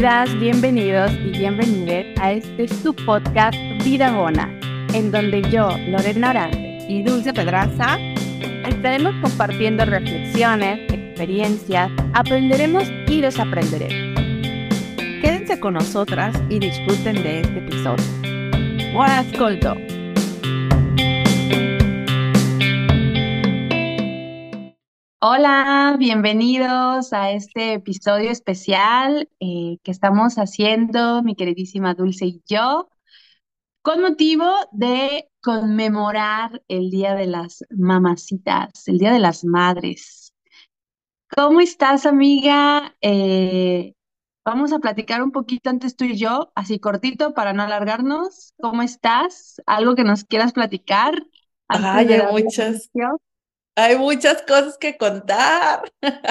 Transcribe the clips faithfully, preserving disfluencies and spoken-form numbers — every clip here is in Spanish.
Bienvenidas, bienvenidos y bienvenidas a este su podcast Vida Bona, en donde yo, Lorena Orante y Dulce Pedraza estaremos compartiendo reflexiones, experiencias, aprenderemos y desaprenderemos. Quédense con nosotras y disfruten de este episodio. Buon ascolto. Hola, bienvenidos a este episodio especial eh, que estamos haciendo mi queridísima Dulce y yo, con motivo de conmemorar el Día de las Mamacitas, el Día de las Madres. ¿Cómo estás, amiga? Eh, vamos a platicar un poquito antes tú y yo, así cortito para no alargarnos. ¿Cómo estás? ¿Algo que nos quieras platicar antes Ay, de hay darle muchas, inicio? hay muchas cosas que contar.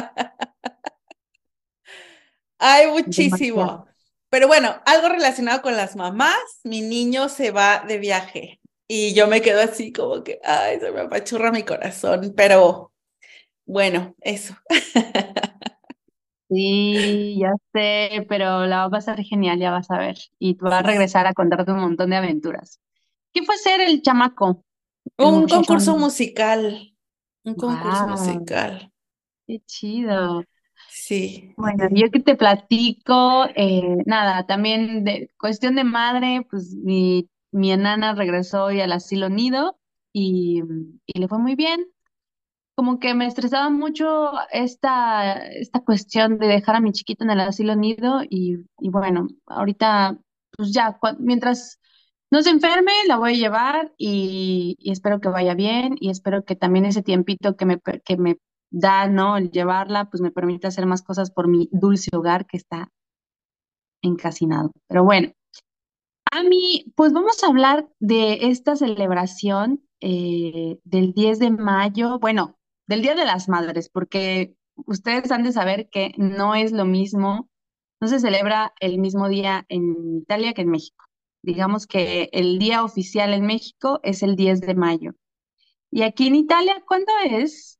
Hay Demasiado. muchísimo. Pero bueno, algo relacionado con las mamás, mi niño se va de viaje y yo me quedo así como que, ay, se me apachurra mi corazón, pero bueno, eso. Sí, ya sé, pero la va a pasar genial, ya vas a ver. Y tú vas a Sí, sí. regresar a contarte un montón de aventuras. ¿Qué fue ser el chamaco, el Un muchacho? concurso musical, un concurso Wow, musical, qué chido. sí. Bueno, yo que te platico, eh, nada, también de cuestión de madre, pues mi, mi enana regresó hoy al asilo nido y, y le fue muy bien. Como que me estresaba mucho esta, esta cuestión de dejar a mi chiquito en el asilo nido y, y bueno, ahorita, pues ya, cua- mientras no se enferme, la voy a llevar y, y espero que vaya bien y espero que también ese tiempito que me, per- que me da, ¿no? El llevarla, pues me permite hacer más cosas por mi dulce hogar que está encasinado. Pero bueno, a mí, pues vamos a hablar de esta celebración eh, del diez de mayo, bueno, del Día de las Madres, porque ustedes han de saber que no es lo mismo, no se celebra el mismo día en Italia que en México. Digamos que el día oficial en México es el diez de mayo. ¿Y aquí en Italia cuándo es?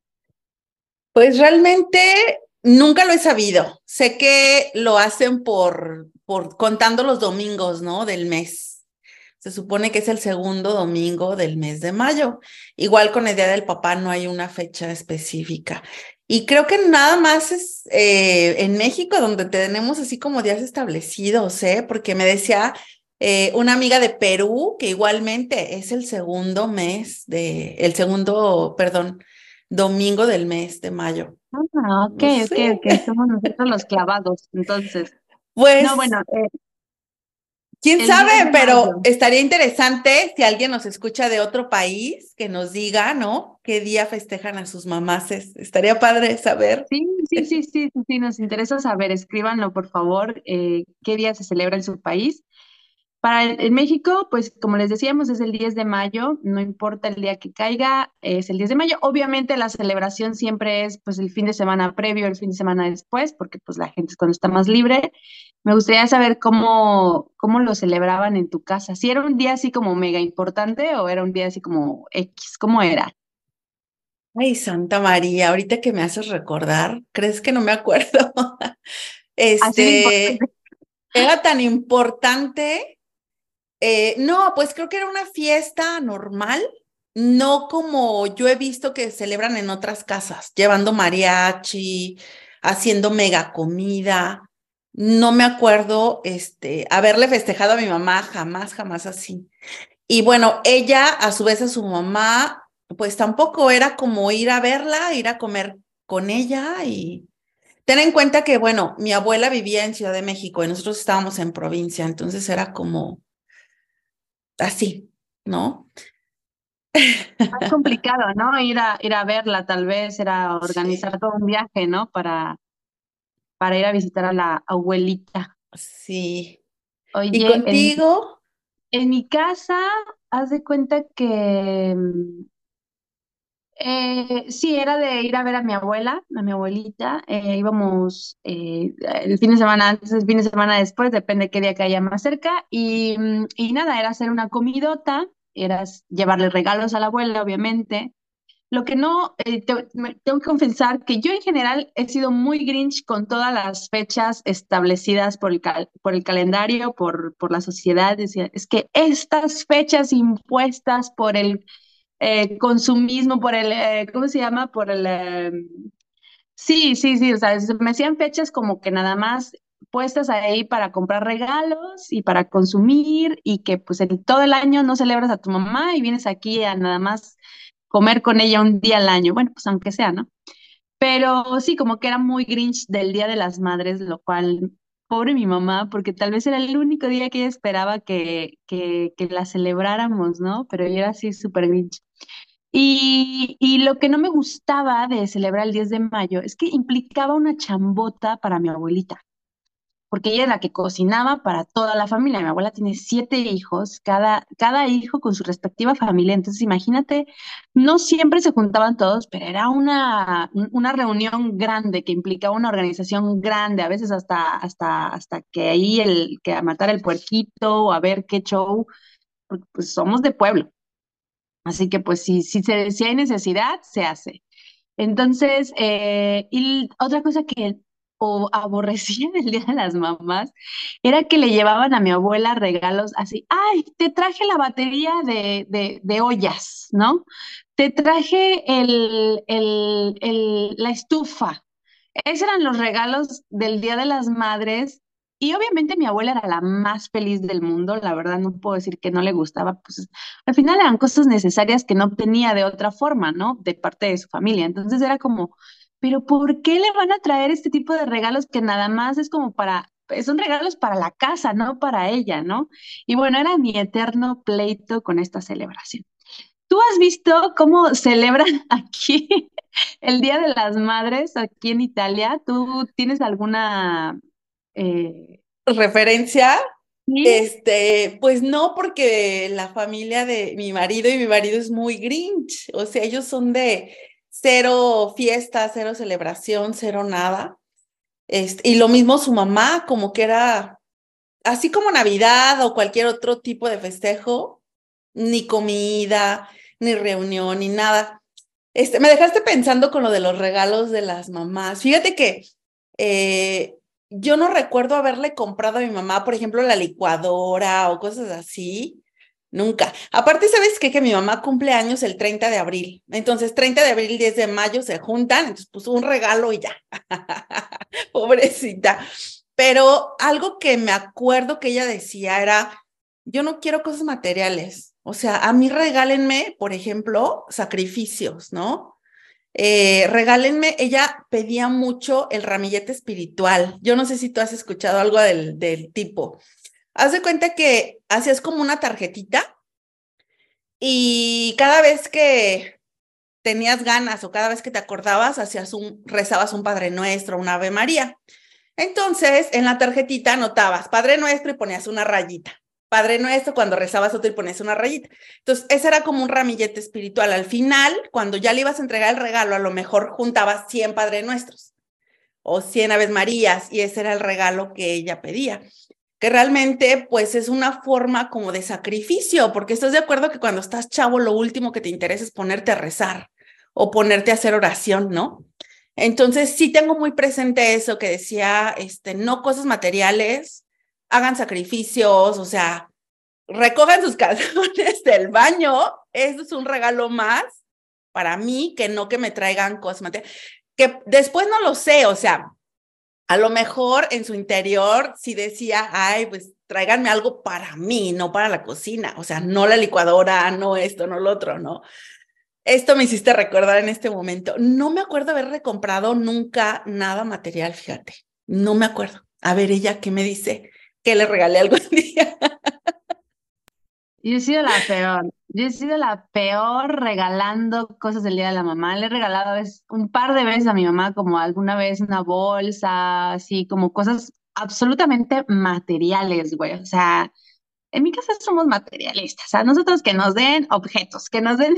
Pues realmente nunca lo he sabido. Sé que lo hacen por, por contando los domingos, ¿no? Del mes. Se supone que es el segundo domingo del mes de mayo. Igual con el Día del Papá no hay una fecha específica. Y creo que nada más es eh, en México donde tenemos así como días establecidos, ¿eh? Porque me decía eh, una amiga de Perú que igualmente es el segundo mes de, el segundo, perdón, domingo del mes de mayo. Ah, ok, No ok, sé. ok, somos nosotros los clavados, entonces. No, Pues bueno, eh, quién el sabe, diez de pero mayo. estaría interesante si alguien nos escucha de otro país que nos diga, ¿no? ¿Qué día festejan a sus mamases? Estaría padre saber. Sí, sí, sí, sí, sí, sí, nos interesa saber, escríbanlo por favor, eh, qué día se celebra en su país. Para el- en México, pues como les decíamos, es el diez de mayo, no importa el día que caiga, es el diez de mayo. Obviamente la celebración siempre es pues el fin de semana previo, el fin de semana después, porque pues la gente es cuando está más libre. Me gustaría saber cómo, cómo lo celebraban en tu casa. ¿Si era un día así como mega importante o era un día así como X? ¿Cómo era? Ay, Santa María, ahorita que me haces recordar, ¿crees que no me acuerdo? Así de importante. Este, era tan importante. Eh, no, pues creo que era una fiesta normal, no como yo he visto que celebran en otras casas, llevando mariachi, haciendo mega comida. No me acuerdo, este, haberle festejado a mi mamá, jamás, jamás así. Y bueno, ella, a su vez, a su mamá, pues tampoco era como ir a verla, ir a comer con ella y ten en cuenta que, bueno, mi abuela vivía en Ciudad de México y nosotros estábamos en provincia, entonces era como así, ¿no? Más complicado, ¿no? Ir a, ir a verla, tal vez, era organizar Sí, todo un viaje, ¿no? Para, para ir a visitar a la abuelita. sí. ¿Y Oye, en, contigo? en mi casa, haz de cuenta que mm, eh, sí, era de ir a ver a mi abuela, a mi abuelita. Eh, íbamos eh, el fin de semana antes, el fin de semana después, depende qué día que haya más cerca. Y, mm, y nada, era hacer una comidota, era s- llevarle regalos a la abuela, obviamente. lo que no, eh, te- me- tengo que confesar que yo en general he sido muy Grinch con todas las fechas establecidas por el, cal- por el calendario, por, por la sociedad. Decía, es que estas fechas impuestas por el eh, consumismo, por el, eh, ¿cómo se llama? Por el, eh, sí, sí, sí, o sea, se me hacían fechas como que nada más puestas ahí para comprar regalos y para consumir y que pues el, todo el año no celebras a tu mamá y vienes aquí a nada más comer con ella un día al año, bueno, pues aunque sea, ¿no? Pero sí, como que era muy Grinch del Día de las Madres, lo cual, pobre mi mamá, porque tal vez era el único día que ella esperaba que, que, que la celebráramos, ¿no? Pero yo era así súper Grinch. Y, y lo que no me gustaba de celebrar el diez de mayo es que implicaba una chambota para mi abuelita, porque ella es la que cocinaba para toda la familia. Mi abuela tiene siete hijos, cada, cada hijo con su respectiva familia. Entonces, imagínate, no siempre se juntaban todos, pero era una, un- una reunión grande que implicaba una organización grande, a veces hasta, hasta, hasta que ahí el, que a matar el puerquito o a ver qué show, porque pues somos de pueblo. Así que pues si, si, se, si hay necesidad, se hace. Entonces, eh, y otra cosa que o aborrecía del Día de las Mamás era que le llevaban a mi abuela regalos así, ay, te traje la batería de, de, de ollas, ¿no? Te traje el, el, el, la estufa. Esos eran los regalos del Día de las Madres. Y obviamente mi abuela era la más feliz del mundo, la verdad no puedo decir que no le gustaba, pues al final eran cosas necesarias que no obtenía de otra forma, ¿no? De parte de su familia. Entonces era como, pero ¿por qué le van a traer este tipo de regalos que nada más es como para, pues, son regalos para la casa, no para ella, ¿no? Y bueno, era mi eterno pleito con esta celebración. ¿Tú has visto cómo celebran aquí el Día de las Madres aquí en Italia? ¿Tú tienes alguna... Eh, Referencia, sí? este, pues no, porque la familia de mi marido y mi marido es muy Grinch, o sea, ellos son de cero fiesta, cero celebración, cero nada. Este, y lo mismo su mamá, como que era así como Navidad o cualquier otro tipo de festejo, ni comida, ni reunión, ni nada. Este, me dejaste pensando con lo de los regalos de las mamás. Fíjate que eh, yo no recuerdo haberle comprado a mi mamá, por ejemplo, la licuadora o cosas así. Nunca. Aparte, ¿sabes qué? Que mi mamá cumple años el treinta de abril. Entonces, treinta de abril, diez de mayo se juntan. Entonces, pues un regalo y ya. Pobrecita. Pero algo que me acuerdo que ella decía era, yo no quiero cosas materiales. O sea, a mí regálenme, por ejemplo, sacrificios, ¿no? Eh, regálenme, ella pedía mucho el ramillete espiritual. Yo no sé si tú has escuchado algo del, del tipo. Haz de cuenta que hacías como una tarjetita y cada vez que tenías ganas o cada vez que te acordabas, hacías un, rezabas un Padre Nuestro, un Ave María. Entonces, en la tarjetita anotabas Padre Nuestro y ponías una rayita. Padre Nuestro cuando rezabas otro y ponías una rayita. Entonces, ese era como un ramillete espiritual. Al final, cuando ya le ibas a entregar el regalo, a lo mejor juntabas cien Padre Nuestros o cien Aves Marías y ese era el regalo que ella pedía. Que realmente, pues, es una forma como de sacrificio, porque estás de acuerdo que cuando estás chavo, lo último que te interesa es ponerte a rezar o ponerte a hacer oración, ¿no? Entonces, sí tengo muy presente eso que decía, este, no cosas materiales, hagan sacrificios, o sea, recojan sus calzones del baño, eso es un regalo más para mí que no que me traigan cosas materiales, que después no lo sé, o sea, a lo mejor en su interior sí decía, ay, pues tráiganme algo para mí, no para la cocina, o sea, no la licuadora, no esto, no lo otro, ¿no? Esto me hiciste recordar en este momento. No me acuerdo haberle comprado nunca nada material, fíjate. No me acuerdo. A ver, ella, ¿qué me dice? Que le regalé algún día. Yo he sido la peor. Yo he sido la peor regalando cosas del Día de la Mamá. Le he regalado a veces, un par de veces a mi mamá, como alguna vez una bolsa, así como cosas absolutamente materiales, güey. O sea, en mi casa somos materialistas. O sea, nosotros que nos den objetos, que nos den...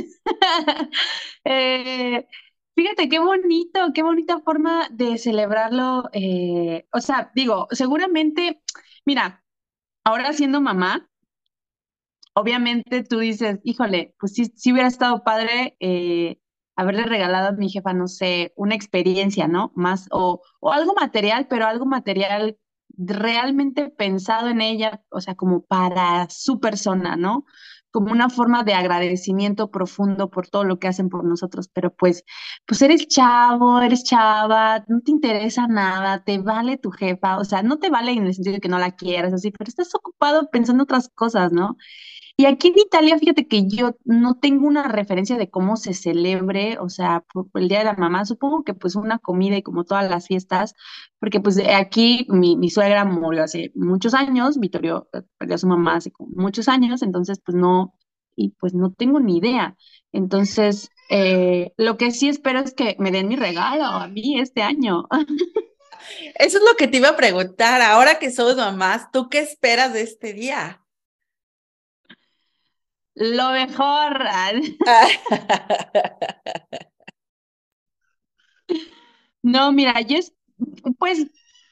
Eh, fíjate, qué bonito, qué bonita forma de celebrarlo. Eh, o sea, digo, seguramente, mira, ahora siendo mamá, obviamente tú dices, híjole, pues sí, sí hubiera estado padre, eh, haberle regalado a mi jefa, no sé, una experiencia, ¿no? Más, o, o algo material, pero algo material realmente pensado en ella, o sea, como para su persona, ¿no? Como una forma de agradecimiento profundo por todo lo que hacen por nosotros, pero pues, pues eres chavo, eres chava, no te interesa nada, te vale tu jefa, o sea, no te vale en el sentido de que no la quieras, así, pero estás ocupado pensando otras cosas, ¿no? Y aquí en Italia, fíjate que yo no tengo una referencia de cómo se celebre, o sea, por, por el Día de la Mamá, supongo que pues una comida y como todas las fiestas, porque pues eh, aquí mi, mi suegra murió hace muchos años, Vittorio eh, perdió a su mamá hace como muchos años, entonces pues no, y pues no tengo ni idea. Entonces, eh, lo que sí espero es que me den mi regalo a mí este año. Eso es lo que te iba a preguntar. Ahora que somos mamás, ¿tú qué esperas de este día? Lo mejor. No, mira, yo es, pues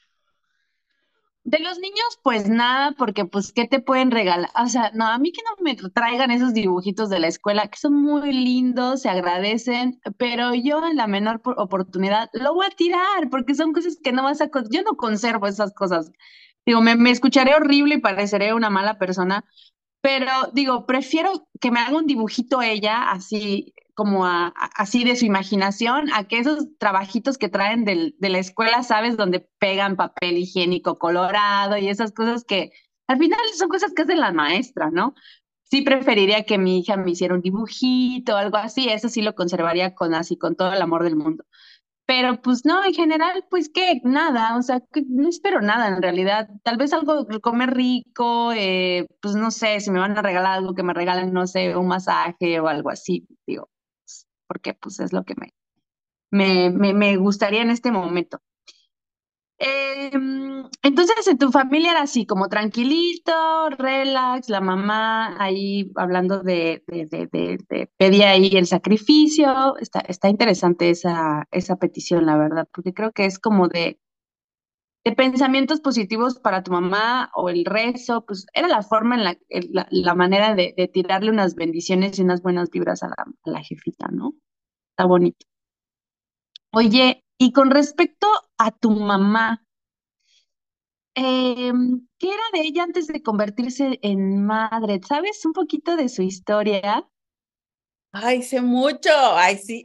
de los niños, pues nada, porque pues, ¿qué te pueden regalar? O sea, no, a mí que no me traigan esos dibujitos de la escuela, que son muy lindos, se agradecen, pero yo en la menor por- oportunidad lo voy a tirar, porque son cosas que no vas a... con- Yo no conservo esas cosas. Digo, me, me escucharé horrible y pareceré una mala persona, pero digo, prefiero que me haga un dibujito ella, así como a- a- así de su imaginación, a que esos trabajitos que traen del- de la escuela, ¿sabes? Donde pegan papel higiénico colorado y esas cosas que al final son cosas que hace la maestra, ¿no? Sí preferiría que mi hija me hiciera un dibujito o algo así, eso sí lo conservaría con así, con todo el amor del mundo. Pero pues no, en general, pues qué, nada, o sea, que no espero nada en realidad. Tal vez algo, comer rico, eh, pues no sé, si me van a regalar algo, que me regalen, no sé, un masaje o algo así, digo, pues, porque pues es lo que me, me, me, me gustaría en este momento. Eh, entonces, en tu familia era así, como tranquilito, relax, la mamá ahí hablando de, de, de, de, de pedía ahí el sacrificio. Está, está interesante esa, esa petición, la verdad, porque creo que es como de, de pensamientos positivos para tu mamá o el rezo, pues era la forma en la, en la, la manera de, de tirarle unas bendiciones y unas buenas vibras a la, a la jefita, ¿no? Está bonito. Oye, y con respecto a tu mamá, Eh, ¿qué era de ella antes de convertirse en madre? ¿Sabes un poquito de su historia? Ay, sé mucho. Ay, sí.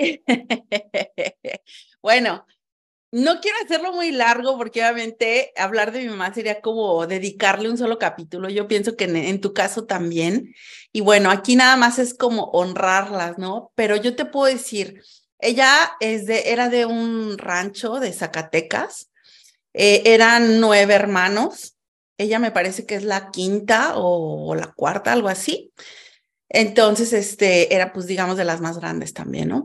Bueno, no quiero hacerlo muy largo porque obviamente hablar de mi mamá sería como dedicarle un solo capítulo. Yo pienso que en, en tu caso también. Y bueno, aquí nada más es como honrarlas, ¿no? Pero yo te puedo decir, ella es de, era de un rancho de Zacatecas. Eh, eran nueve hermanos. Ella me parece que es la quinta o, o la cuarta, algo así. Entonces, este, era pues digamos de las más grandes también, ¿no?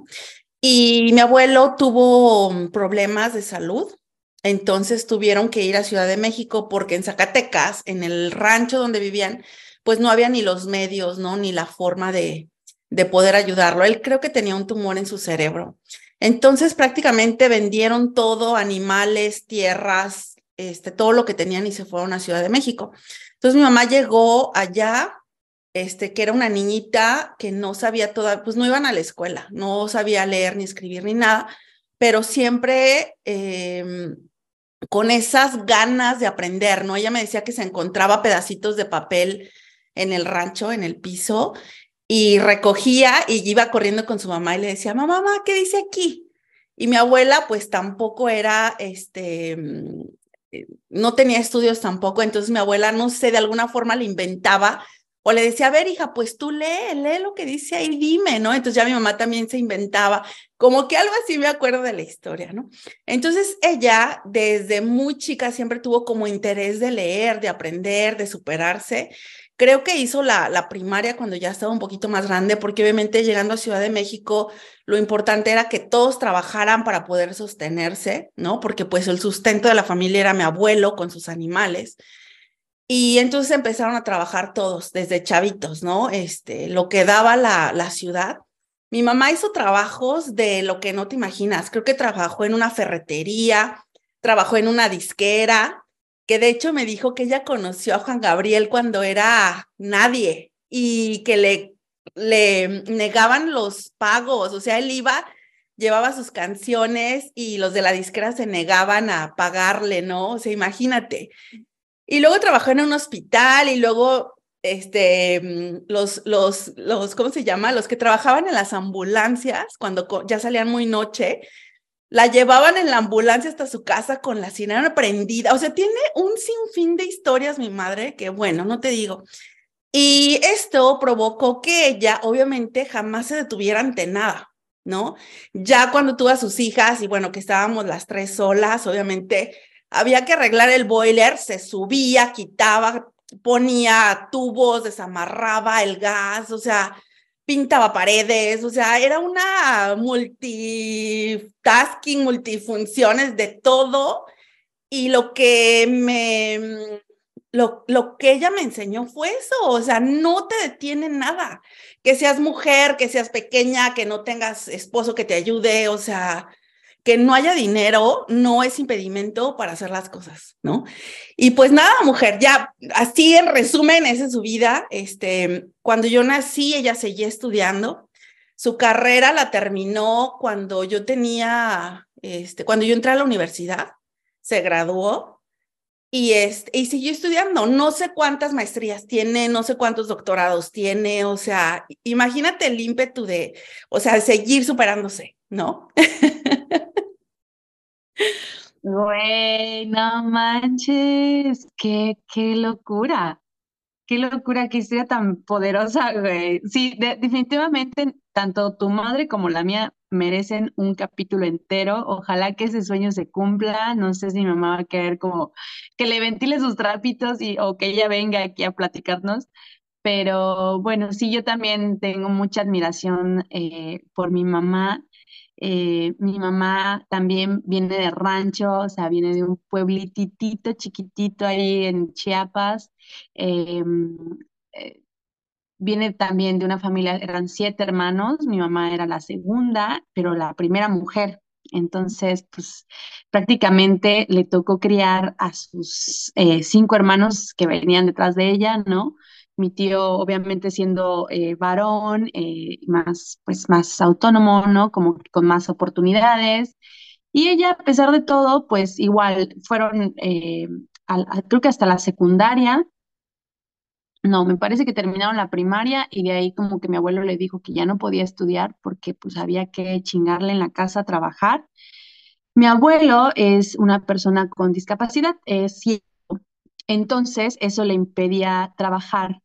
Y mi abuelo tuvo mm, problemas de salud, entonces tuvieron que ir a Ciudad de México porque en Zacatecas, en el rancho donde vivían, pues no había ni los medios, ¿no? Ni la forma de, de poder ayudarlo. Él creo que tenía un tumor en su cerebro. Entonces prácticamente vendieron todo, animales, tierras, este, todo lo que tenían y se fueron a Ciudad de México. Entonces mi mamá llegó allá este, que era una niñita que no sabía toda, pues no iban a la escuela, no sabía leer ni escribir ni nada, pero siempre eh, con esas ganas de aprender, ¿no? Ella me decía que se encontraba pedacitos de papel en el rancho, en el piso, y recogía y iba corriendo con su mamá y le decía, mamá, mamá, ¿qué dice aquí? Y mi abuela, pues tampoco era, este, mm, eh, no tenía estudios tampoco, entonces mi abuela, no sé, de alguna forma le inventaba o le decía, a ver, hija, pues tú lee, lee lo que dice ahí, dime, ¿no? Entonces ya mi mamá también se inventaba, como que algo así me acuerdo de la historia, ¿no? Entonces ella desde muy chica siempre tuvo como interés de leer, de aprender, de superarse. Creo que hizo la, la primaria cuando ya estaba un poquito más grande, porque obviamente llegando a Ciudad de México, lo importante era que todos trabajaran para poder sostenerse, ¿no? Porque pues el sustento de la familia era mi abuelo con sus animales. Y entonces empezaron a trabajar todos desde chavitos, ¿no? Este, lo que daba la, la ciudad. Mi mamá hizo trabajos de lo que no te imaginas. Creo que trabajó en una ferretería, trabajó en una disquera, que de hecho me dijo que ella conoció a Juan Gabriel cuando era nadie y que le, le negaban los pagos. O sea, él iba llevaba sus canciones y los de la disquera se negaban a pagarle, ¿no? O sea, imagínate. Y luego trabajó en un hospital y luego, este, mm, los, los, los, ¿cómo se llama? Los que trabajaban en las ambulancias, cuando co- ya salían muy noche, la llevaban en la ambulancia hasta su casa con la sirena prendida. O sea, tiene un sinfín de historias, mi madre, que bueno, no te digo. Y esto provocó que ella, obviamente, jamás se detuviera ante nada, ¿no? Ya cuando tuvo a sus hijas y bueno, que estábamos las tres solas, obviamente había que arreglar el boiler, se subía, quitaba, ponía tubos, desamarraba el gas, o sea, pintaba paredes, o sea, era una multitasking, multifunciones de todo. Y lo que me, lo, lo que ella me enseñó fue eso, o sea, no te detiene nada, que seas mujer, que seas pequeña, que no tengas esposo que te ayude, o sea, que no haya dinero no es impedimento para hacer las cosas, ¿no? Y pues nada, mujer, ya así en resumen, esa es su vida. Este, cuando yo nací, ella seguía estudiando. Su carrera la terminó cuando yo tenía, este, cuando yo entré a la universidad, se graduó y, este, y siguió estudiando. No sé cuántas maestrías tiene, no sé cuántos doctorados tiene, o sea, imagínate el ímpetu de, o sea, de seguir superándose, ¿no? Güey, no manches, qué, qué locura. Qué locura, qué historia tan poderosa, güey. Sí, de- definitivamente, tanto tu madre como la mía merecen un capítulo entero. Ojalá que ese sueño se cumpla. No sé si mi mamá va a querer como que le ventile sus trapitos y, o que ella venga aquí a platicarnos. Pero bueno, sí, yo también tengo mucha admiración eh, por mi mamá. Eh, mi mamá también viene de rancho, o sea, viene de un pueblititito chiquitito ahí en Chiapas. Eh, eh, Viene también de una familia, eran siete hermanos, mi mamá era la segunda, pero la primera mujer. Entonces, pues prácticamente le tocó criar a sus eh, cinco hermanos que venían detrás de ella, ¿no? Mi tío, obviamente siendo eh, varón, eh, más, pues más autónomo, ¿no? Como con más oportunidades. Y ella, a pesar de todo, pues igual fueron, eh, al- a- creo que hasta la secundaria, no, me parece que terminaron la primaria y de ahí como que mi abuelo le dijo que ya no podía estudiar porque pues había que chingarle en la casa a trabajar. Mi abuelo es una persona con discapacidad, es ciego, entonces eso le impedía trabajar.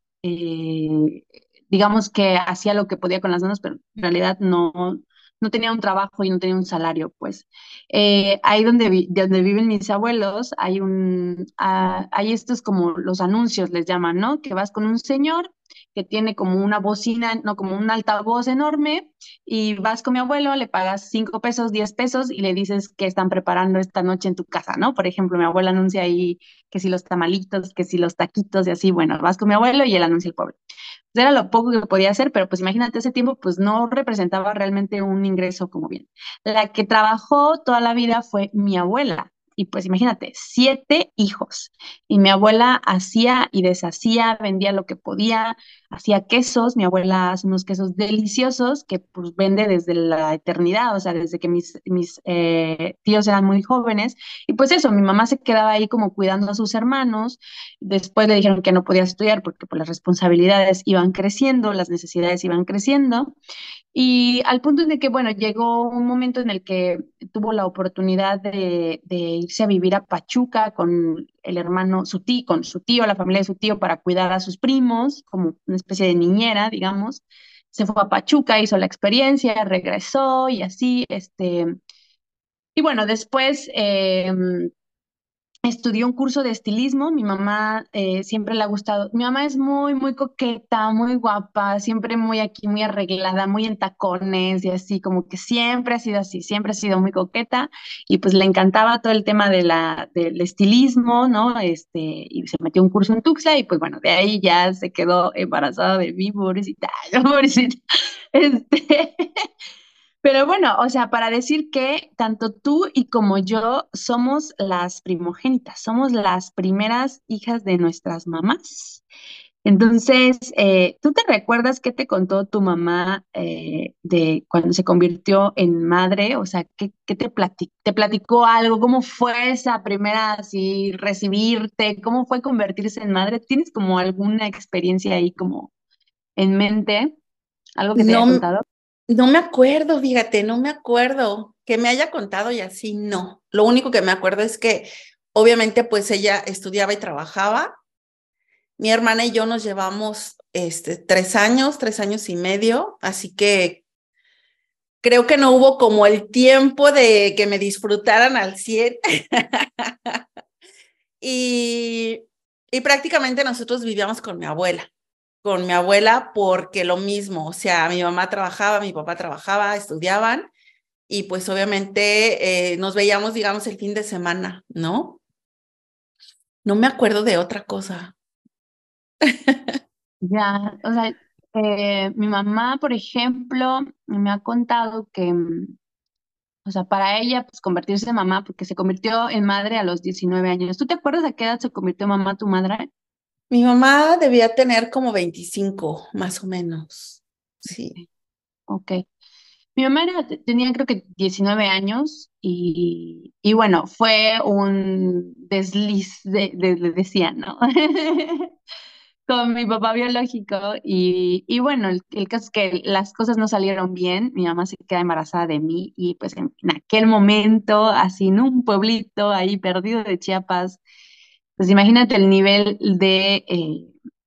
eh, digamos que hacía lo que podía con las manos, pero en realidad no, no tenía un trabajo y no tenía un salario, pues. Eh, ahí donde, vi- donde viven mis abuelos, hay un, ah, hay estos como los anuncios les llaman, ¿no? Que vas con un señor que tiene como una bocina, no, como un altavoz enorme, y vas con mi abuelo, le pagas cinco pesos, diez pesos y le dices que están preparando esta noche en tu casa, ¿no? Por ejemplo, mi abuela anuncia ahí que si los tamalitos, que si los taquitos y así, bueno, vas con mi abuelo y él anuncia el pobre. Pues era lo poco que podía hacer, pero pues imagínate, ese tiempo pues no representaba realmente un ingreso como bien. La que trabajó toda la vida fue mi abuela. Y pues imagínate, siete hijos. Y mi abuela hacía y deshacía, vendía lo que podía, hacía quesos. Mi abuela hace unos quesos deliciosos que pues vende desde la eternidad, o sea, desde que mis, mis eh, tíos eran muy jóvenes. Y pues eso, mi mamá se quedaba ahí como cuidando a sus hermanos. Después le dijeron que no podía estudiar porque pues, las responsabilidades iban creciendo, las necesidades iban creciendo. Y al punto en el que, bueno, llegó un momento en el que tuvo la oportunidad de, de irse a vivir a Pachuca con el hermano, su tío, con su tío, la familia de su tío, para cuidar a sus primos, como una especie de niñera, digamos. Se fue a Pachuca, hizo la experiencia, regresó y así, este, y bueno, después eh, estudió un curso de estilismo. Mi mamá eh, siempre le ha gustado. Mi mamá es muy, muy coqueta, muy guapa, siempre muy aquí, muy arreglada, muy en tacones y así, como que siempre ha sido así, siempre ha sido muy coqueta y pues le encantaba todo el tema de la, del estilismo, ¿no? Este, y se metió a un curso en Tuxtla y pues bueno, de ahí ya se quedó embarazada de mí, pobrecita, pobrecita. Este, pero bueno, o sea, para decir que tanto tú y como yo somos las primogénitas, somos las primeras hijas de nuestras mamás. Entonces, eh, ¿tú te recuerdas qué te contó tu mamá eh, de cuando se convirtió en madre? O sea, ¿qué, qué te plati- te platicó algo? ¿Cómo fue esa primera, así, recibirte? ¿Cómo fue convertirse en madre? ¿Tienes como alguna experiencia ahí como en mente? ¿Algo que te haya No, contado? no me acuerdo, fíjate, no me acuerdo que me haya contado y así, no. Lo único que me acuerdo es que obviamente pues ella estudiaba y trabajaba. Mi hermana y yo nos llevamos este, tres años, tres años y medio, así que creo que no hubo como el tiempo de que me disfrutaran al cien. y, y prácticamente nosotros vivíamos con mi abuela, con mi abuela porque lo mismo, o sea, mi mamá trabajaba, mi papá trabajaba, estudiaban y pues obviamente eh, nos veíamos, digamos, el fin de semana, ¿no? No me acuerdo de otra cosa. Ya, o sea, eh, mi mamá, por ejemplo, me ha contado que, mm, o sea, para ella, pues convertirse en mamá, porque se convirtió en madre a los diecinueve años. ¿Tú te acuerdas a qué edad se convirtió en mamá tu madre? Mi mamá debía tener como veinticinco, más o menos. Sí. Ok. Mi mamá era- tenía creo que diecinueve años y, y bueno, fue un desliz de, de, de- decían, ¿no? Con mi papá biológico y, y bueno, el, el caso es que las cosas no salieron bien, mi mamá se queda embarazada de mí y pues en, en aquel momento, así en un pueblito ahí perdido de Chiapas, pues imagínate el nivel de, eh,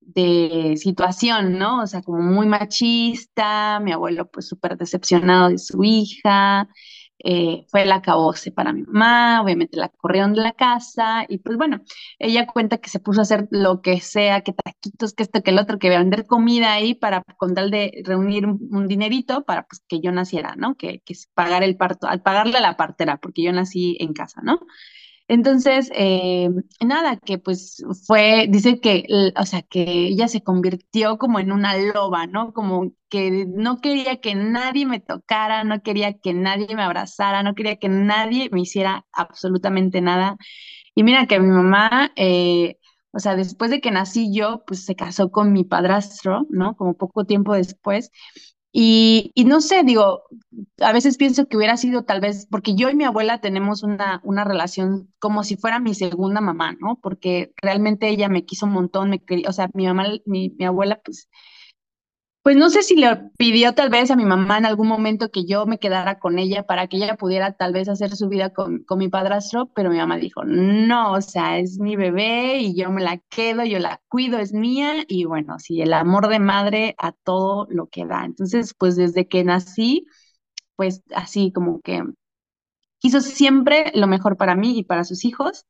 de situación, ¿no? O sea, como muy machista, mi abuelo pues súper decepcionado de su hija, eh, fue el acabose para mi mamá, obviamente la corrieron de la casa y pues bueno, ella cuenta que se puso a hacer lo que sea, que taquitos, que esto, que el otro, que vender comida ahí para con tal de reunir un, un dinerito para pues que yo naciera, ¿no? Que, que es pagar el parto, al pagarle a la partera, porque yo nací en casa, ¿no? Entonces, eh, nada, que pues fue, dice que, l- o sea, que ella se convirtió como en una loba, ¿no? Como que no quería que nadie me tocara, no quería que nadie me abrazara, no quería que nadie me hiciera absolutamente nada. Y mira que mi mamá, eh, o sea, después de que nací yo, pues se casó con mi padrastro, ¿no? Como poco tiempo después. Y, y no sé, digo, a veces pienso que hubiera sido tal vez, porque yo y mi abuela tenemos una, una relación como si fuera mi segunda mamá, ¿no? Porque realmente ella me quiso un montón, me quería, o sea, mi mamá, mi, mi abuela, pues pues no sé si le pidió tal vez a mi mamá en algún momento que yo me quedara con ella para que ella pudiera tal vez hacer su vida con, con mi padrastro, pero mi mamá dijo, no, o sea, es mi bebé y yo me la quedo, yo la cuido, es mía y bueno, sí, el amor de madre a todo lo que da. Entonces, pues desde que nací, pues así como que quiso siempre lo mejor para mí y para sus hijos.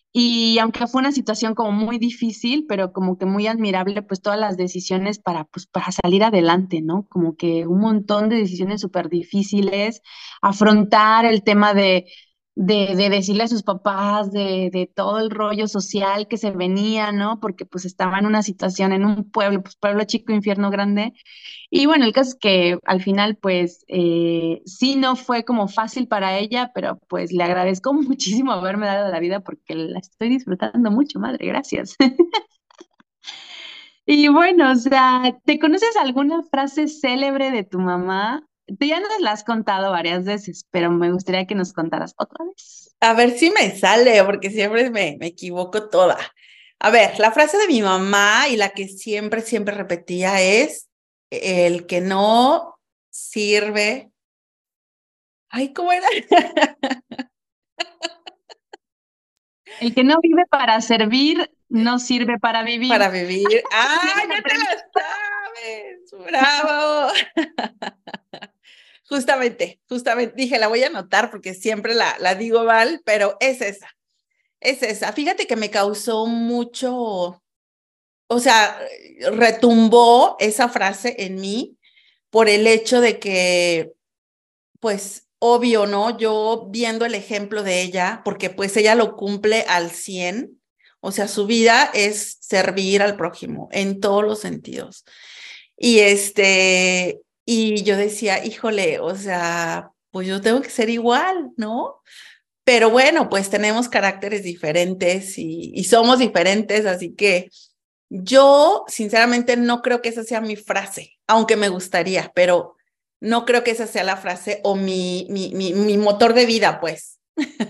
Y aunque fue una situación como muy difícil, pero como que muy admirable, pues todas las decisiones para, pues, para salir adelante, ¿no? Como que un montón de decisiones súper difíciles, afrontar el tema de, de, de decirle a sus papás de, de todo el rollo social que se venía, ¿no? Porque pues estaba en una situación en un pueblo, pues pueblo chico, infierno grande, y bueno, el caso es que al final, pues eh, sí no fue como fácil para ella, pero pues le agradezco muchísimo haberme dado la vida porque la estoy disfrutando mucho, madre, gracias. Y bueno, o sea, ¿te conoces alguna frase célebre de tu mamá? Tú ya nos la has contado varias veces, pero me gustaría que nos contaras otra vez. A ver si me sale, porque siempre me, me equivoco toda. A ver, la frase de mi mamá y la que siempre, siempre repetía es, el que no sirve. Ay, ¿cómo era? El que no vive para servir, no sirve para Para vivir. vivir. ¡Ah, ¿Tienes ya te aprendido? la sabes! ¡Bravo! Justamente, justamente, dije, la voy a anotar porque siempre la, la digo mal, pero es esa, es esa. Fíjate que me causó mucho, o sea, retumbó esa frase en mí por el hecho de que, pues, obvio, ¿no? Yo viendo el ejemplo de ella, porque pues ella lo cumple al cien, o sea, su vida es servir al prójimo en todos los sentidos. Y este, y yo decía, híjole, o sea, pues yo tengo que ser igual, ¿no? Pero bueno, pues tenemos caracteres diferentes y, y somos diferentes, así que Yo, sinceramente, no creo que esa sea mi frase, aunque me gustaría, pero no creo que esa sea la frase o mi, mi, mi, mi motor de vida, pues.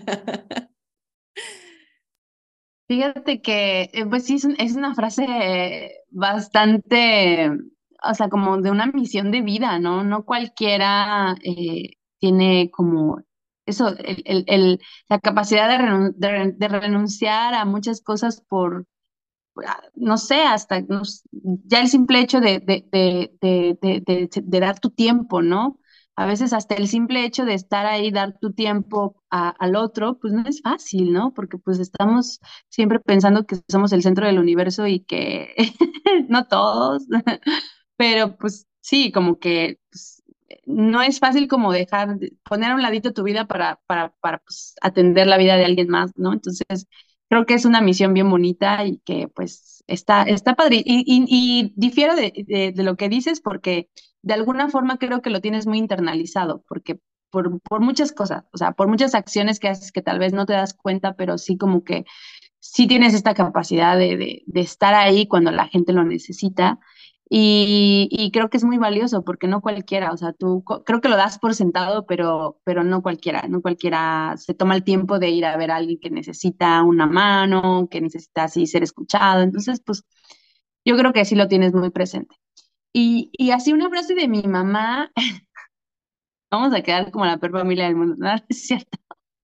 Fíjate que, eh, pues sí, es, un- es una frase eh, bastante, o sea, como de una misión de vida, ¿no? No cualquiera eh, tiene como eso, el, el, el- la capacidad de, renun- de re- de renunciar a muchas cosas por, ah, no sé, hasta no s- ya el simple hecho de, de, de, de, de, de- de dar tu tiempo, ¿no? A veces hasta el simple hecho de estar ahí, dar tu tiempo a- al otro, pues no es fácil, ¿no? Porque pues estamos siempre pensando que somos el centro del universo y que no todos, pero pues sí, como que pues, no es fácil como dejar, de- poner a un ladito tu vida para, para, para pues, atender la vida de alguien más, ¿no? Entonces, creo que es una misión bien bonita y que pues está, está padre. Y, y, y difiero de, de, de lo que dices porque de alguna forma creo que lo tienes muy internalizado, porque por, por muchas cosas, o sea, por muchas acciones que haces que tal vez no te das cuenta, pero sí como que sí tienes esta capacidad de, de, de estar ahí cuando la gente lo necesita. Y, y creo que es muy valioso porque no cualquiera, o sea, tú co- creo que lo das por sentado, pero, pero no cualquiera, no cualquiera se toma el tiempo de ir a ver a alguien que necesita una mano, que necesita así ser escuchado. Entonces, pues yo creo que sí lo tienes muy presente. Y, y así una frase de mi mamá, vamos a quedar como la peor familia del mundo, ¿no? Es cierto,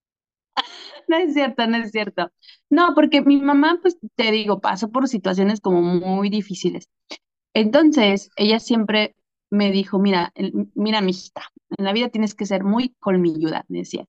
no es cierto, no es cierto. No, porque mi mamá, pues te digo, pasó por situaciones como muy difíciles. Entonces, ella siempre me dijo, mira, el- mira, mijita, en la vida tienes que ser muy colmilluda, me decía.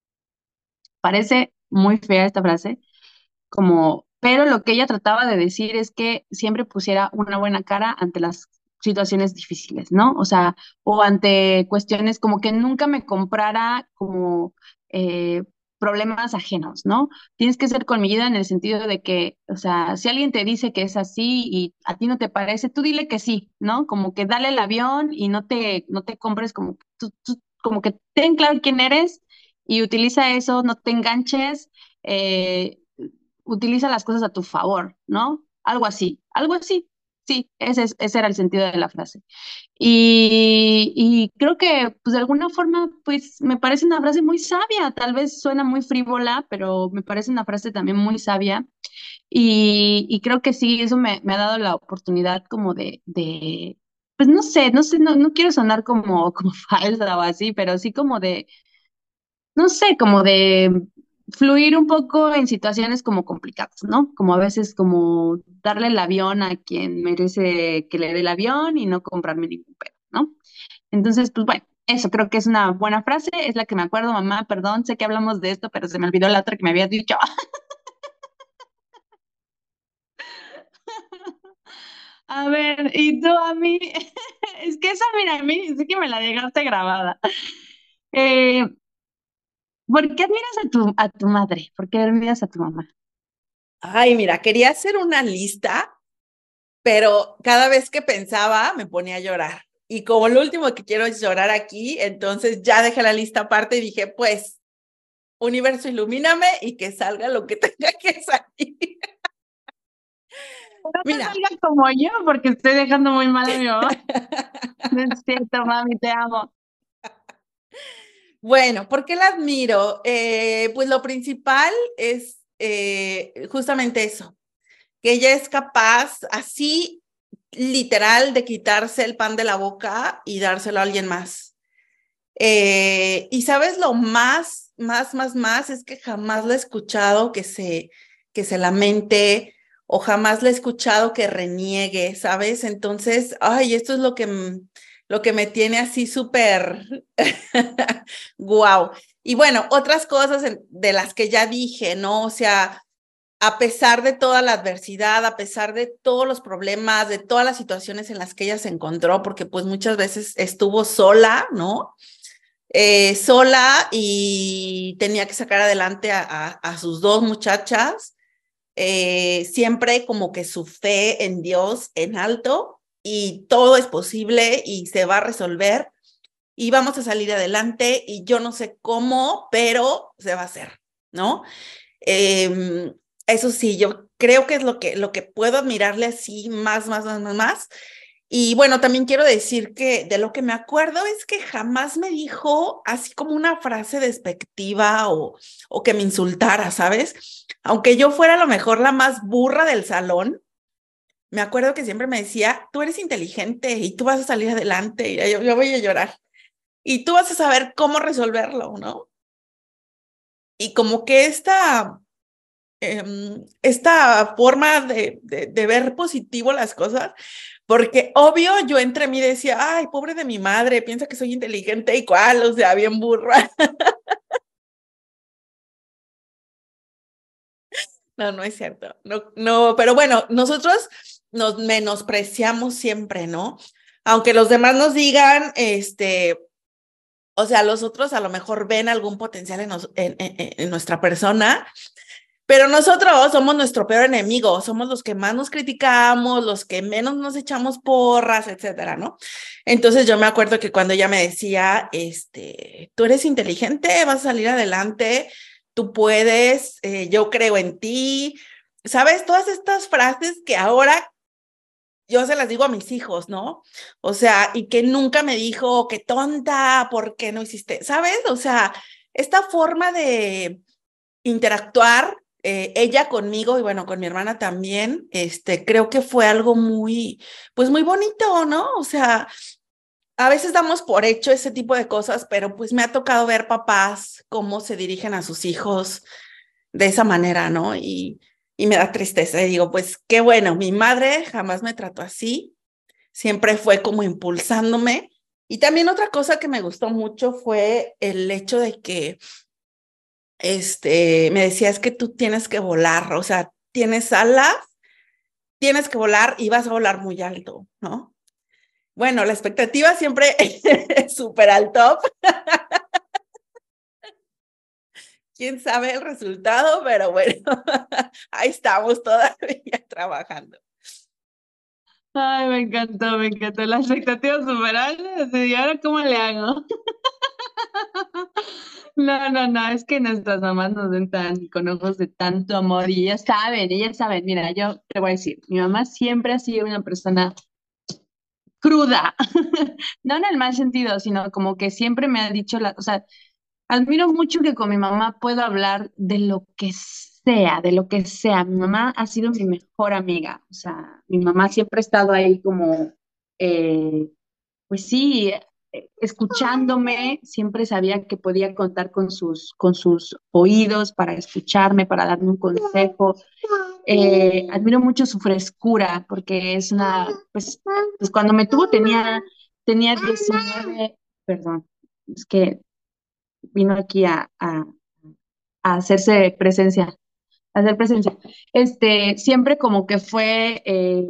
Parece muy fea esta frase, como, pero lo que ella trataba de decir es que siempre pusiera una buena cara ante las situaciones difíciles, ¿no? O sea, o ante cuestiones como que nunca me comprara como eh, problemas ajenos, ¿no? Tienes que ser colmillida en el sentido de que, o sea, si alguien te dice que es así y a ti no te parece, tú dile que sí, ¿no? Como que dale el avión y no te, no te compres como, tú- tú- como que ten claro quién eres y utiliza eso, no te enganches. eh, Utiliza las cosas a tu favor, ¿no? Algo así, algo así. Sí, ese, es- ese era el sentido de la frase. Y, y creo que, pues de alguna forma, pues me parece una frase muy sabia. Tal vez suena muy frívola, pero me parece una frase también muy sabia. Y, y creo que sí, eso me, me ha dado la oportunidad como de, de, pues no sé, no sé, no, no quiero sonar como, como falsa o así, pero sí como de no sé, como de fluir un poco en situaciones como complicadas, ¿no? Como a veces como darle el avión a quien merece que le dé el avión y no comprarme ningún pedo, ¿no? Entonces, pues bueno, eso creo que es una buena frase, es la que me acuerdo, mamá, perdón, sé que hablamos de esto, pero se me olvidó la otra que me habías dicho. A ver, y tú a mí, es que esa, mira, a mí sí que me la dejaste grabada. Eh, ¿Por qué admiras a tu, a tu madre? ¿Por qué admiras a tu mamá? Ay, mira, quería hacer una lista, pero cada vez que pensaba me ponía a llorar. Y como lo último que quiero es llorar aquí, entonces ya dejé la lista aparte y dije, pues, universo, ilumíname y que salga lo que tenga que salir. No te Mira, salgas como yo, porque estoy dejando muy mal a mi mamá. No es cierto, mami, te amo. bueno, ¿por qué la admiro? Eh, pues lo principal es eh, justamente eso, que ella es capaz, así literal, de quitarse el pan de la boca y dárselo a alguien más. Eh, y sabes lo más, más, más, más, es que jamás la he escuchado que se, que se lamente o jamás la he escuchado que reniegue, ¿sabes? Entonces, ay, esto es lo que, m- lo que me tiene así súper guau. Y bueno, otras cosas en- de las que ya dije, ¿no? O sea, a pesar de toda la adversidad, a pesar de todos los problemas, de todas las situaciones en las que ella se encontró, porque pues muchas veces estuvo sola, ¿no? Eh, sola y tenía que sacar adelante a, a, a sus dos muchachas, eh, siempre como que su fe en Dios en alto y todo es posible y se va a resolver y vamos a salir adelante y yo no sé cómo, pero se va a hacer, ¿no? Eh, Eso sí, yo creo que es lo que, lo que puedo admirarle así más, más, más, más, más. Y bueno, también quiero decir que de lo que me acuerdo es que jamás me dijo así como una frase despectiva o, o que me insultara, ¿sabes? Aunque yo fuera a lo mejor la más burra del salón, me acuerdo que siempre me decía, tú eres inteligente y tú vas a salir adelante, y yo, yo voy a llorar. Y tú vas a saber cómo resolverlo, ¿no? Y como que esta, em, esta forma de, de, de ver positivo las cosas, porque obvio yo entre mí decía, ay, pobre de mi madre, piensa que soy inteligente y cuál, o sea, bien burra. No, no es cierto. No, no, pero bueno, nosotros nos menospreciamos siempre, ¿no? Aunque los demás nos digan, este, o sea, los otros a lo mejor ven algún potencial en, nos, en, en, en nuestra persona, pero nosotros somos nuestro peor enemigo, somos los que más nos criticamos, los que menos nos echamos porras, etcétera, ¿no? Entonces yo me acuerdo que cuando ella me decía, este, tú eres inteligente, vas a salir adelante, tú puedes, eh, yo creo en ti, ¿sabes? Todas estas frases que ahora yo se las digo a mis hijos, ¿no? O sea, y que nunca me dijo, qué tonta, ¿por qué no hiciste? ¿Sabes? O sea, esta forma de interactuar, eh, ella conmigo y bueno, con mi hermana también, este, creo que fue algo muy, pues muy bonito, ¿no? O sea, a veces damos por hecho ese tipo de cosas, pero pues me ha tocado ver papás cómo se dirigen a sus hijos de esa manera, ¿no? Y, y me da tristeza y digo, pues qué bueno, mi madre jamás me trató así, siempre fue como impulsándome. Y también otra cosa que me gustó mucho fue el hecho de que este, me decía, es que tú tienes que volar, o sea, tienes alas, tienes que volar y vas a volar muy alto, ¿no? Bueno, la expectativa siempre es súper al top. Quién sabe el resultado, pero bueno, ahí estamos todavía trabajando. Ay, me encantó, me encantó. La expectativa superadas. ¿Y ahora cómo le hago? No, no, no, es que nuestras mamás nos ven tan con ojos de tanto amor y ellas saben, ellas saben. Mira, yo te voy a decir, mi mamá siempre ha sido una persona cruda, no en el mal sentido, sino como que siempre me ha dicho, la, o sea, admiro mucho que con mi mamá puedo hablar de lo que sea, de lo que sea. Mi mamá ha sido mi mejor amiga, o sea, mi mamá siempre ha estado ahí como, eh, pues sí, eh, escuchándome, siempre sabía que podía contar con sus, con sus oídos para escucharme, para darme un consejo. Eh, admiro mucho su frescura, porque es una, pues, pues cuando me tuvo tenía, tenía diecinueve, perdón, es que vino aquí a, a, a hacerse presencia, a hacer presencia. Este, siempre como que fue, eh,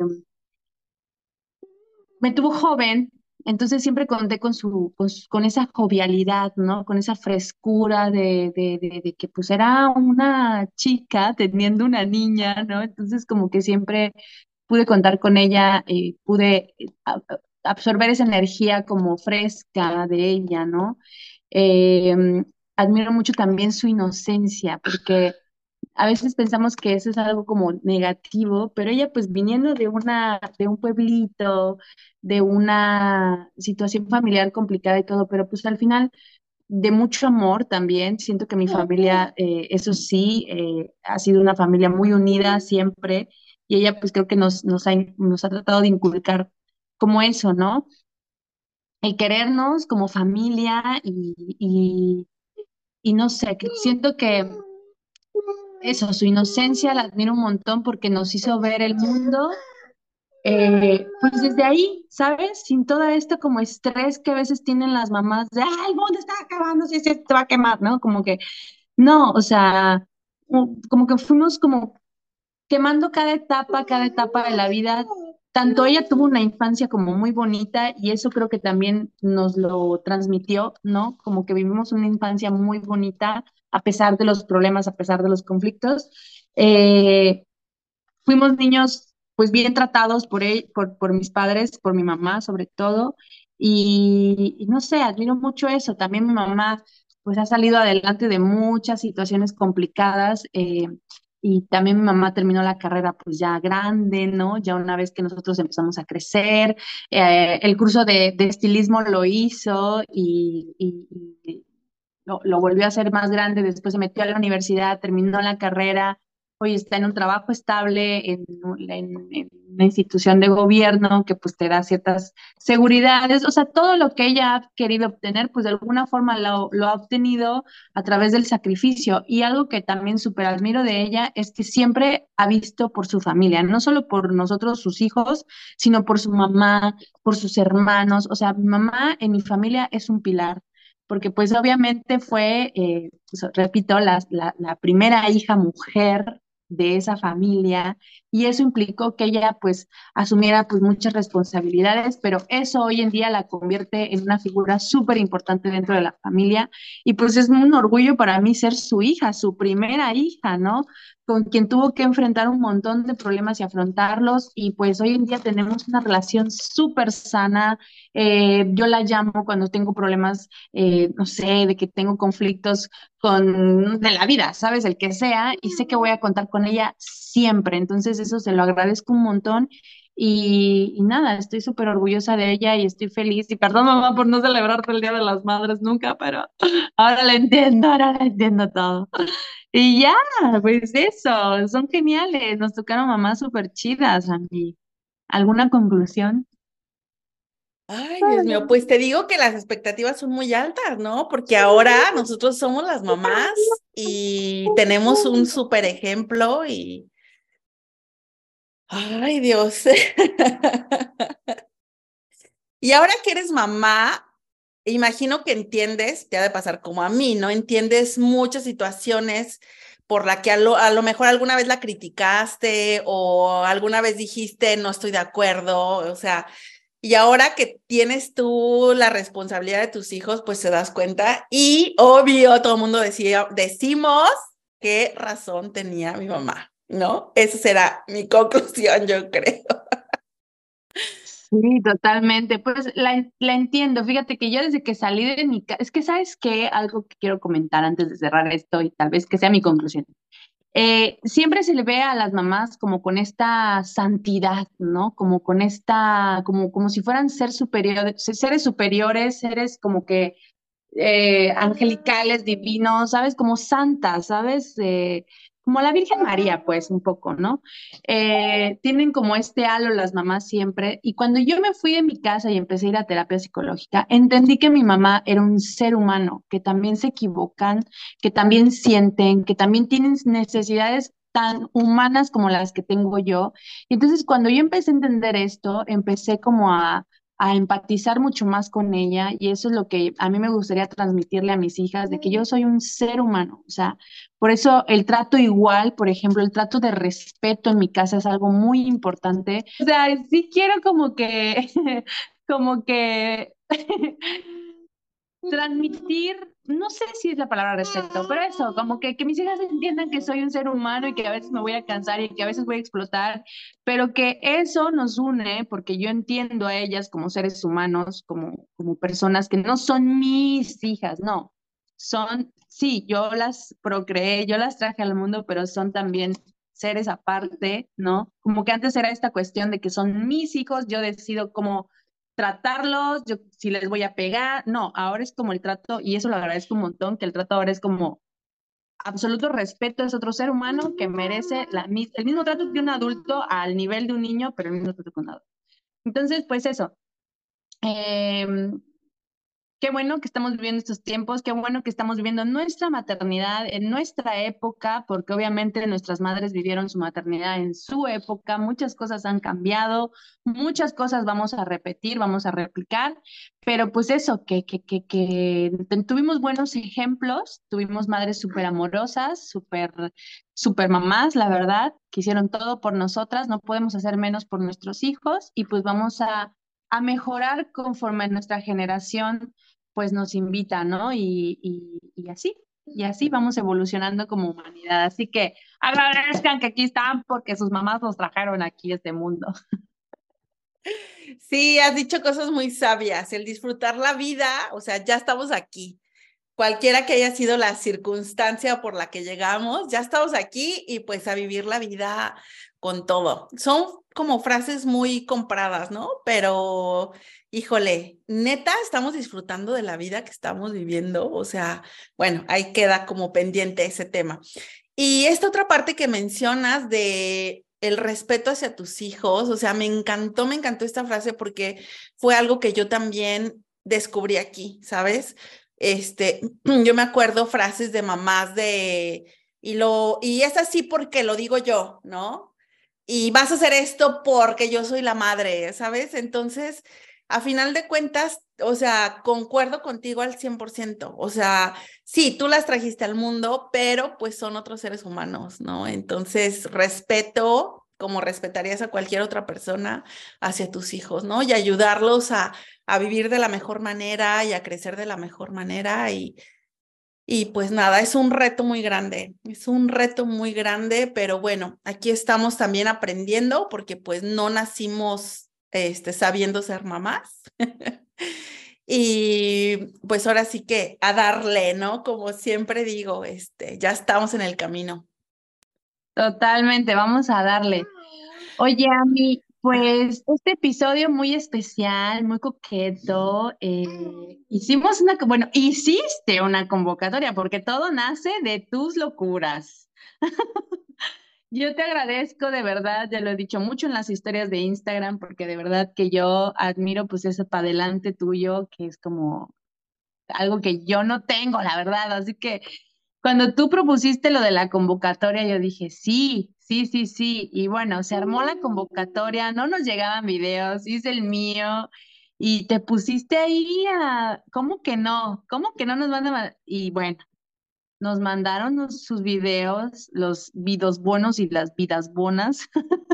me tuvo joven, entonces siempre conté con su, con, su- con esa jovialidad, ¿no? Con esa frescura de, de, de, de que pues era una chica teniendo una niña, ¿no? Entonces como que siempre pude contar con ella, eh, pude eh, a- a- absorber esa energía como fresca de ella, ¿no? Eh, Admiro mucho también su inocencia, porque a veces pensamos que eso es algo como negativo, pero ella pues viniendo de una, de un pueblito, de una situación familiar complicada y todo, pero pues al final de mucho amor también. Siento que mi familia, eh, eso sí, eh, ha sido una familia muy unida siempre y ella pues creo que nos, nos ha, nos ha tratado de inculcar como eso, ¿no? El querernos como familia y, y, y no sé, que siento que eso, su inocencia la admiro un montón porque nos hizo ver el mundo, eh, pues desde ahí, ¿sabes? Sin todo esto como estrés que a veces tienen las mamás de, ¡ay, el mundo está acabando, si se te va a quemar!, ¿no? Como que, no, o sea, u- como que fuimos como quemando cada etapa, cada etapa de la vida. Tanto ella tuvo una infancia como muy bonita y eso creo que también nos lo transmitió, ¿no? Como que vivimos una infancia muy bonita a pesar de los problemas, a pesar de los conflictos. Eh, Fuimos niños pues bien tratados por, él, por, por mis padres, por mi mamá sobre todo, y, y no sé, admiro mucho eso. También mi mamá pues ha salido adelante de muchas situaciones complicadas, eh, y también mi mamá terminó la carrera pues ya grande, ¿no? Ya una vez que nosotros empezamos a crecer, eh, el curso de, de estilismo lo hizo y, y- y lo, lo volvió a hacer más grande, después se metió a la universidad, terminó la carrera, hoy está en un trabajo estable en, en- en una institución de gobierno que pues te da ciertas seguridades, o sea, todo lo que ella ha querido obtener, pues de alguna forma lo, lo ha obtenido a través del sacrificio. Y algo que también súper admiro de ella es que siempre ha visto por su familia, no solo por nosotros, sus hijos, sino por su mamá, por sus hermanos. O sea, mi mamá en mi familia es un pilar porque pues obviamente fue, eh, pues, repito, la, la, la primera hija mujer de esa familia y eso implicó que ella pues asumiera pues muchas responsabilidades, pero eso hoy en día la convierte en una figura súper importante dentro de la familia y pues es un orgullo para mí ser su hija, su primera hija, ¿no? Con quien tuvo que enfrentar un montón de problemas y afrontarlos y pues hoy en día tenemos una relación súper sana. Eh, yo la llamo cuando tengo problemas, eh, no sé, de que tengo conflictos con de la vida, ¿sabes? El que sea, y sé que voy a contar con ella siempre. Entonces, eso se lo agradezco un montón. Y, y nada, estoy súper orgullosa de ella y estoy feliz. Y perdón, mamá, por no celebrarte el Día de las Madres nunca, pero ahora la entiendo, ahora la entiendo todo. Y ya, pues eso, son geniales. Nos tocaron mamás súper chidas, Andy. ¿Alguna conclusión? Ay, Dios mío, pues te digo que las expectativas son muy altas, ¿no? Porque ahora nosotros somos las mamás y tenemos un súper ejemplo y, ay, Dios. Y ahora que eres mamá, imagino que entiendes, te ha de pasar como a mí, ¿no? Entiendes muchas situaciones por la que a lo, a lo mejor alguna vez la criticaste o alguna vez dijiste no estoy de acuerdo, o sea, y ahora que tienes tú la responsabilidad de tus hijos, pues te das cuenta y obvio todo el mundo decía, decimos qué razón tenía mi mamá, ¿no? Esa será mi conclusión, yo creo. Sí, totalmente. Pues la, la entiendo. Fíjate que yo desde que salí de mi casa, es que sabes qué, algo que quiero comentar antes de cerrar esto y tal vez que sea mi conclusión. Eh, siempre se le ve a las mamás como con esta santidad, ¿no? Como con esta, como, como si fueran ser superiores, seres superiores, seres como que eh, angelicales, divinos, ¿sabes? Como santas, ¿sabes? Eh, como la Virgen María, pues, un poco, ¿no? Eh, tienen como este halo las mamás siempre. Y cuando yo me fui de mi casa y empecé a ir a terapia psicológica, entendí que mi mamá era un ser humano, que también se equivocan, que también sienten, que también tienen necesidades tan humanas como las que tengo yo. Y entonces, cuando yo empecé a entender esto, empecé como a a empatizar mucho más con ella y eso es lo que a mí me gustaría transmitirle a mis hijas, de que yo soy un ser humano, o sea, por eso el trato igual, por ejemplo, el trato de respeto en mi casa es algo muy importante. O sea, sí quiero como que, como que transmitir, no sé si es la palabra respeto, pero eso, como que, que mis hijas entiendan que soy un ser humano y que a veces me voy a cansar y que a veces voy a explotar, pero que eso nos une porque yo entiendo a ellas como seres humanos, como, como personas que no son mis hijas, no, son, sí, yo las procreé, yo las traje al mundo, pero son también seres aparte, ¿no? Como que antes era esta cuestión de que son mis hijos, yo decido cómo tratarlos, yo si les voy a pegar, no, ahora es como el trato, y eso lo agradezco un montón, que el trato ahora es como absoluto respeto, es otro ser humano que merece la, el mismo trato que un adulto al nivel de un niño, pero el mismo trato que un adulto. Entonces, pues eso. Eh, Qué bueno que estamos viviendo estos tiempos, qué bueno que estamos viviendo nuestra maternidad en nuestra época, porque obviamente nuestras madres vivieron su maternidad en su época, muchas cosas han cambiado, muchas cosas vamos a repetir, vamos a replicar, pero pues eso, que, que, que, que tuvimos buenos ejemplos, tuvimos madres súper amorosas, súper, súper mamás, la verdad, que hicieron todo por nosotras, no podemos hacer menos por nuestros hijos y pues vamos a a mejorar conforme nuestra generación pues nos invita, ¿no? Y, y, y así, y así vamos evolucionando como humanidad. Así que agradezcan que aquí están porque sus mamás nos trajeron aquí a este mundo. Sí, has dicho cosas muy sabias, el disfrutar la vida, o sea, ya estamos aquí. cualquiera que haya sido la circunstancia por la que llegamos, ya estamos aquí y pues a vivir la vida con todo. Son como frases muy compradas, ¿no? Pero, híjole, neta, estamos disfrutando de la vida que estamos viviendo. O sea, bueno, ahí queda como pendiente ese tema. Y esta otra parte que mencionas de el respeto hacia tus hijos, o sea, me encantó, me encantó esta frase porque fue algo que yo también descubrí aquí, ¿sabes? Este, yo me acuerdo frases de mamás de, y lo, y es así porque lo digo yo, ¿no? Y vas a hacer esto porque yo soy la madre, ¿sabes? Entonces, a final de cuentas, o sea, concuerdo contigo al cien por ciento. O sea, sí, tú las trajiste al mundo, pero pues son otros seres humanos, ¿no? Entonces, respeto, como respetarías a cualquier otra persona, hacia tus hijos, ¿no? Y ayudarlos a, a vivir de la mejor manera y a crecer de la mejor manera. Y, y pues nada, es un reto muy grande, es un reto muy grande, pero bueno, aquí estamos también aprendiendo porque pues no nacimos este, sabiendo ser mamás. Y pues ahora sí que a darle, ¿no? Como siempre digo, este, ya estamos en el camino. Totalmente, vamos a darle. Oye, Ami, pues este episodio muy especial, muy coqueto, eh, hicimos una, co- bueno, hiciste una convocatoria porque todo nace de tus locuras. Yo te agradezco de verdad, ya lo he dicho mucho en las historias de Instagram, porque de verdad que yo admiro pues ese para adelante tuyo, que es como algo que yo no tengo, la verdad. Así que cuando tú propusiste lo de la convocatoria, yo dije, sí, sí, sí, sí. Y bueno, se armó la convocatoria, no nos llegaban videos, hice el mío y te pusiste ahí a, ¿cómo que no? ¿Cómo que no nos van a ma-? Y bueno, nos mandaron los- sus videos, los vidos buenos y las vidas buenas.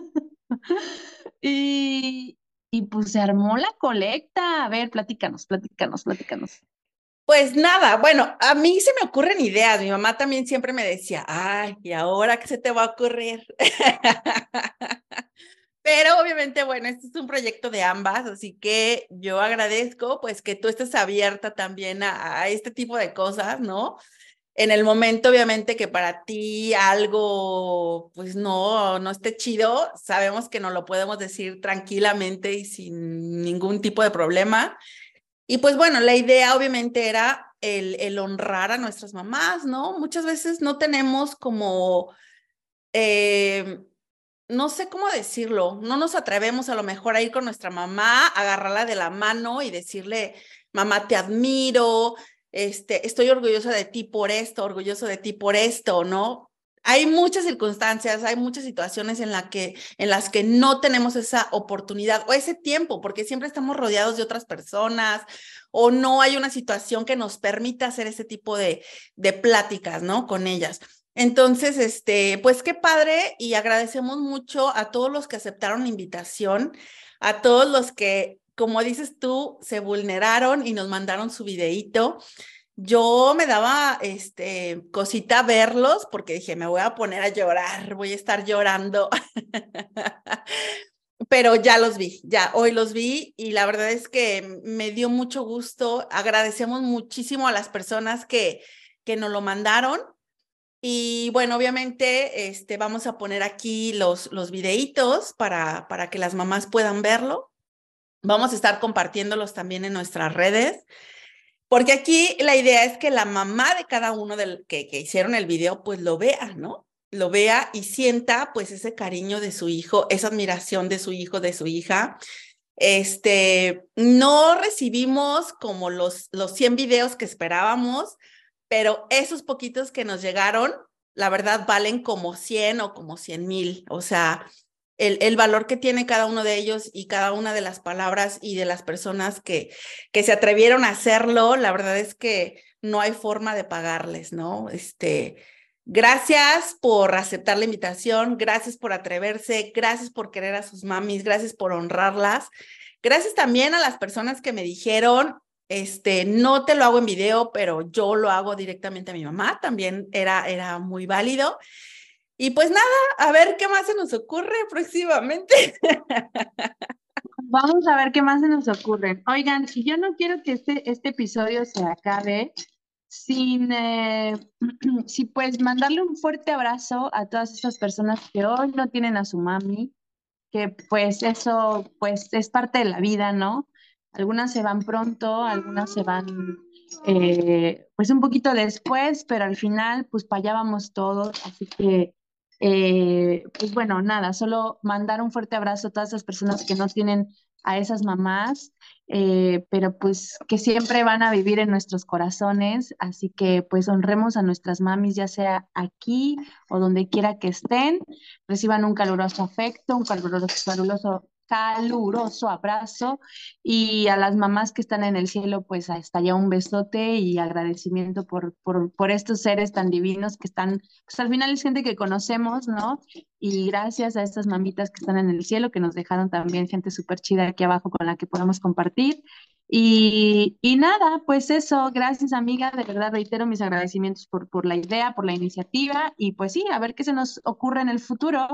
Y, y pues se armó la colecta. A ver, platícanos, platícanos, platícanos. Pues nada, bueno, a mí se me ocurren ideas. Mi mamá también siempre me decía, ay, ¿y ahora qué se te va a ocurrir? Pero obviamente, bueno, este es un proyecto de ambas, así que yo agradezco pues que tú estés abierta también a, a este tipo de cosas, ¿no? En el momento, obviamente, que para ti algo, pues no, no esté chido, sabemos que nos lo podemos decir tranquilamente y sin ningún tipo de problema. Y pues bueno, la idea obviamente era el, el honrar a nuestras mamás, ¿no? Muchas veces no tenemos como, eh, no sé cómo decirlo, no nos atrevemos a lo mejor a ir con nuestra mamá, agarrarla de la mano y decirle, mamá, te admiro, este, estoy orgullosa de ti por esto, orgulloso de ti por esto, ¿no? Hay muchas circunstancias, hay muchas situaciones en, la que, en las que no tenemos esa oportunidad o ese tiempo, porque siempre estamos rodeados de otras personas o no hay una situación que nos permita hacer ese tipo de, de pláticas, ¿no? Con ellas. Entonces, este, pues qué padre y agradecemos mucho a todos los que aceptaron la invitación, a todos los que, como dices tú, se vulneraron y nos mandaron su videíto. Yo me daba este cosita verlos porque dije, me voy a poner a llorar, voy a estar llorando. Pero ya los vi, ya hoy los vi y la verdad es que me dio mucho gusto. Agradecemos muchísimo a las personas que, que nos lo mandaron. Y bueno, obviamente este, vamos a poner aquí los, los videitos para, para que las mamás puedan verlo. Vamos a estar compartiéndolos también en nuestras redes, porque aquí la idea es que la mamá de cada uno del que, que hicieron el video pues lo vea, ¿no? Lo vea y sienta pues ese cariño de su hijo, esa admiración de su hijo, de su hija. Este, no recibimos como los, los cien videos que esperábamos, pero esos poquitos que nos llegaron, la verdad, valen como cien o como cien mil. O sea, el, el valor que tiene cada uno de ellos y cada una de las palabras y de las personas que, que se atrevieron a hacerlo, la verdad es que no hay forma de pagarles, ¿no? Este, gracias por aceptar la invitación, gracias por atreverse, gracias por querer a sus mamis, gracias por honrarlas. Gracias también a las personas que me dijeron, este, no te lo hago en video, pero yo lo hago directamente a mi mamá, también era, era muy válido. Y pues nada, a ver qué más se nos ocurre próximamente. Vamos a ver qué más se nos ocurre. Oigan, y yo no quiero que este, este episodio se acabe sin, eh, sí, pues mandarle un fuerte abrazo a todas estas personas que hoy no tienen a su mami, que pues eso pues es parte de la vida, ¿no? Algunas se van pronto, algunas se van eh, pues un poquito después, pero al final pues para allá vamos todos, así que eh, pues bueno, nada, solo mandar un fuerte abrazo a todas esas personas que no tienen a esas mamás, eh, pero pues que siempre van a vivir en nuestros corazones, así que pues honremos a nuestras mamis, ya sea aquí o donde quiera que estén, reciban un caluroso afecto, un caluroso, caluroso, caluroso abrazo y a las mamás que están en el cielo, pues hasta allá un besote y agradecimiento por, por, por estos seres tan divinos que están, pues al final es gente que conocemos, ¿no? Y gracias a estas mamitas que están en el cielo, que nos dejaron también gente súper chida aquí abajo con la que podemos compartir. Y, y nada, pues eso, gracias amiga, de verdad reitero mis agradecimientos por, por la idea, por la iniciativa y pues sí, a ver qué se nos ocurre en el futuro.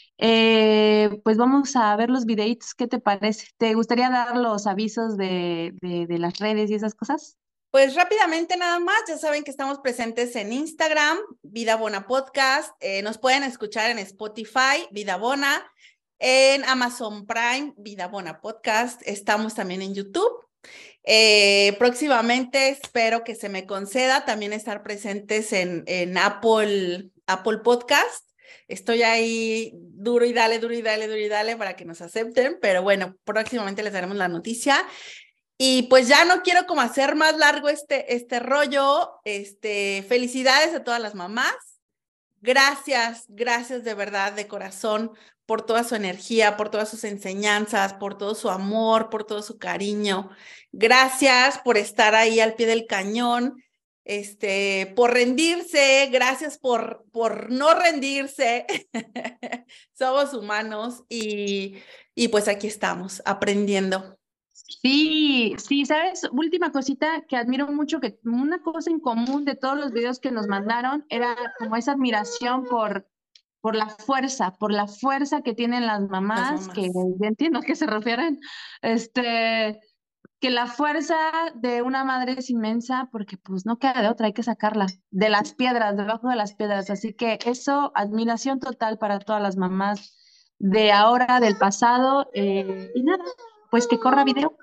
Eh, pues vamos a ver los videitos, ¿qué te parece? ¿Te gustaría dar los avisos de, de, de las redes y esas cosas? Pues rápidamente nada más, ya saben que estamos presentes en Instagram, Vida Bona Podcast, eh, nos pueden escuchar en Spotify, Vida Bona, en Amazon Prime, Vida Bona Podcast, estamos también en YouTube. Eh, próximamente espero que se me conceda también estar presentes en, en Apple, Apple Podcast. Estoy ahí duro y dale, duro y dale, duro y dale para que nos acepten, pero bueno, próximamente les daremos la noticia. Y pues ya no quiero como hacer más largo este, este rollo. Este, felicidades a todas las mamás. Gracias, gracias de verdad, de corazón, por toda su energía, por todas sus enseñanzas, por todo su amor, por todo su cariño. Gracias por estar ahí al pie del cañón, este, por rendirse, gracias por, por no rendirse. Somos humanos y, y pues aquí estamos aprendiendo. Sí, sí, ¿sabes? Última cosita que admiro mucho, que una cosa en común de todos los videos que nos mandaron era como esa admiración por, por la fuerza, por la fuerza que tienen las Las mamás, que mamás. ya entiendo a qué se refieren, este, que la fuerza de una madre es inmensa porque pues no queda de otra, hay que sacarla de las piedras, debajo de las piedras. Así que eso, admiración total para todas las mamás de ahora, del pasado, eh, y nada, pues que corra video.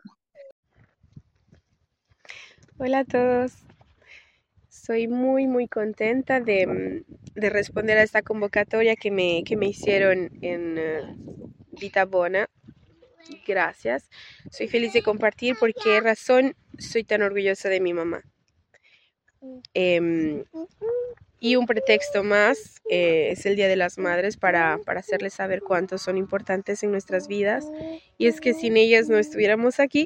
Hola a todos, soy muy muy contenta de, de responder a esta convocatoria que me, que me hicieron en uh, Vida Bona. Gracias, soy feliz de compartir por qué razón soy tan orgullosa de mi mamá. Eh, y un pretexto más eh, es el Día de las Madres para, para hacerles saber cuánto son importantes en nuestras vidas. Y es que sin ellas no estuviéramos aquí.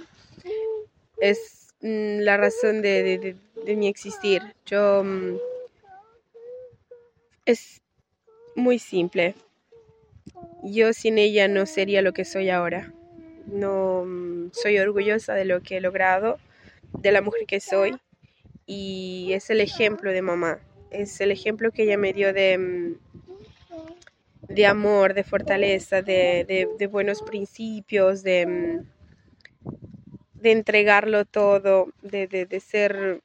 Es la razón de, de, de, de mi existir. Yo um, es muy simple. Yo sin ella no sería lo que soy ahora. No um, soy orgullosa de lo que he logrado, de la mujer que soy, y es el ejemplo de mamá. Es el ejemplo que ella me dio de, um, de amor, de fortaleza, de, de, de buenos principios, de um, de entregarlo todo, de, de, de ser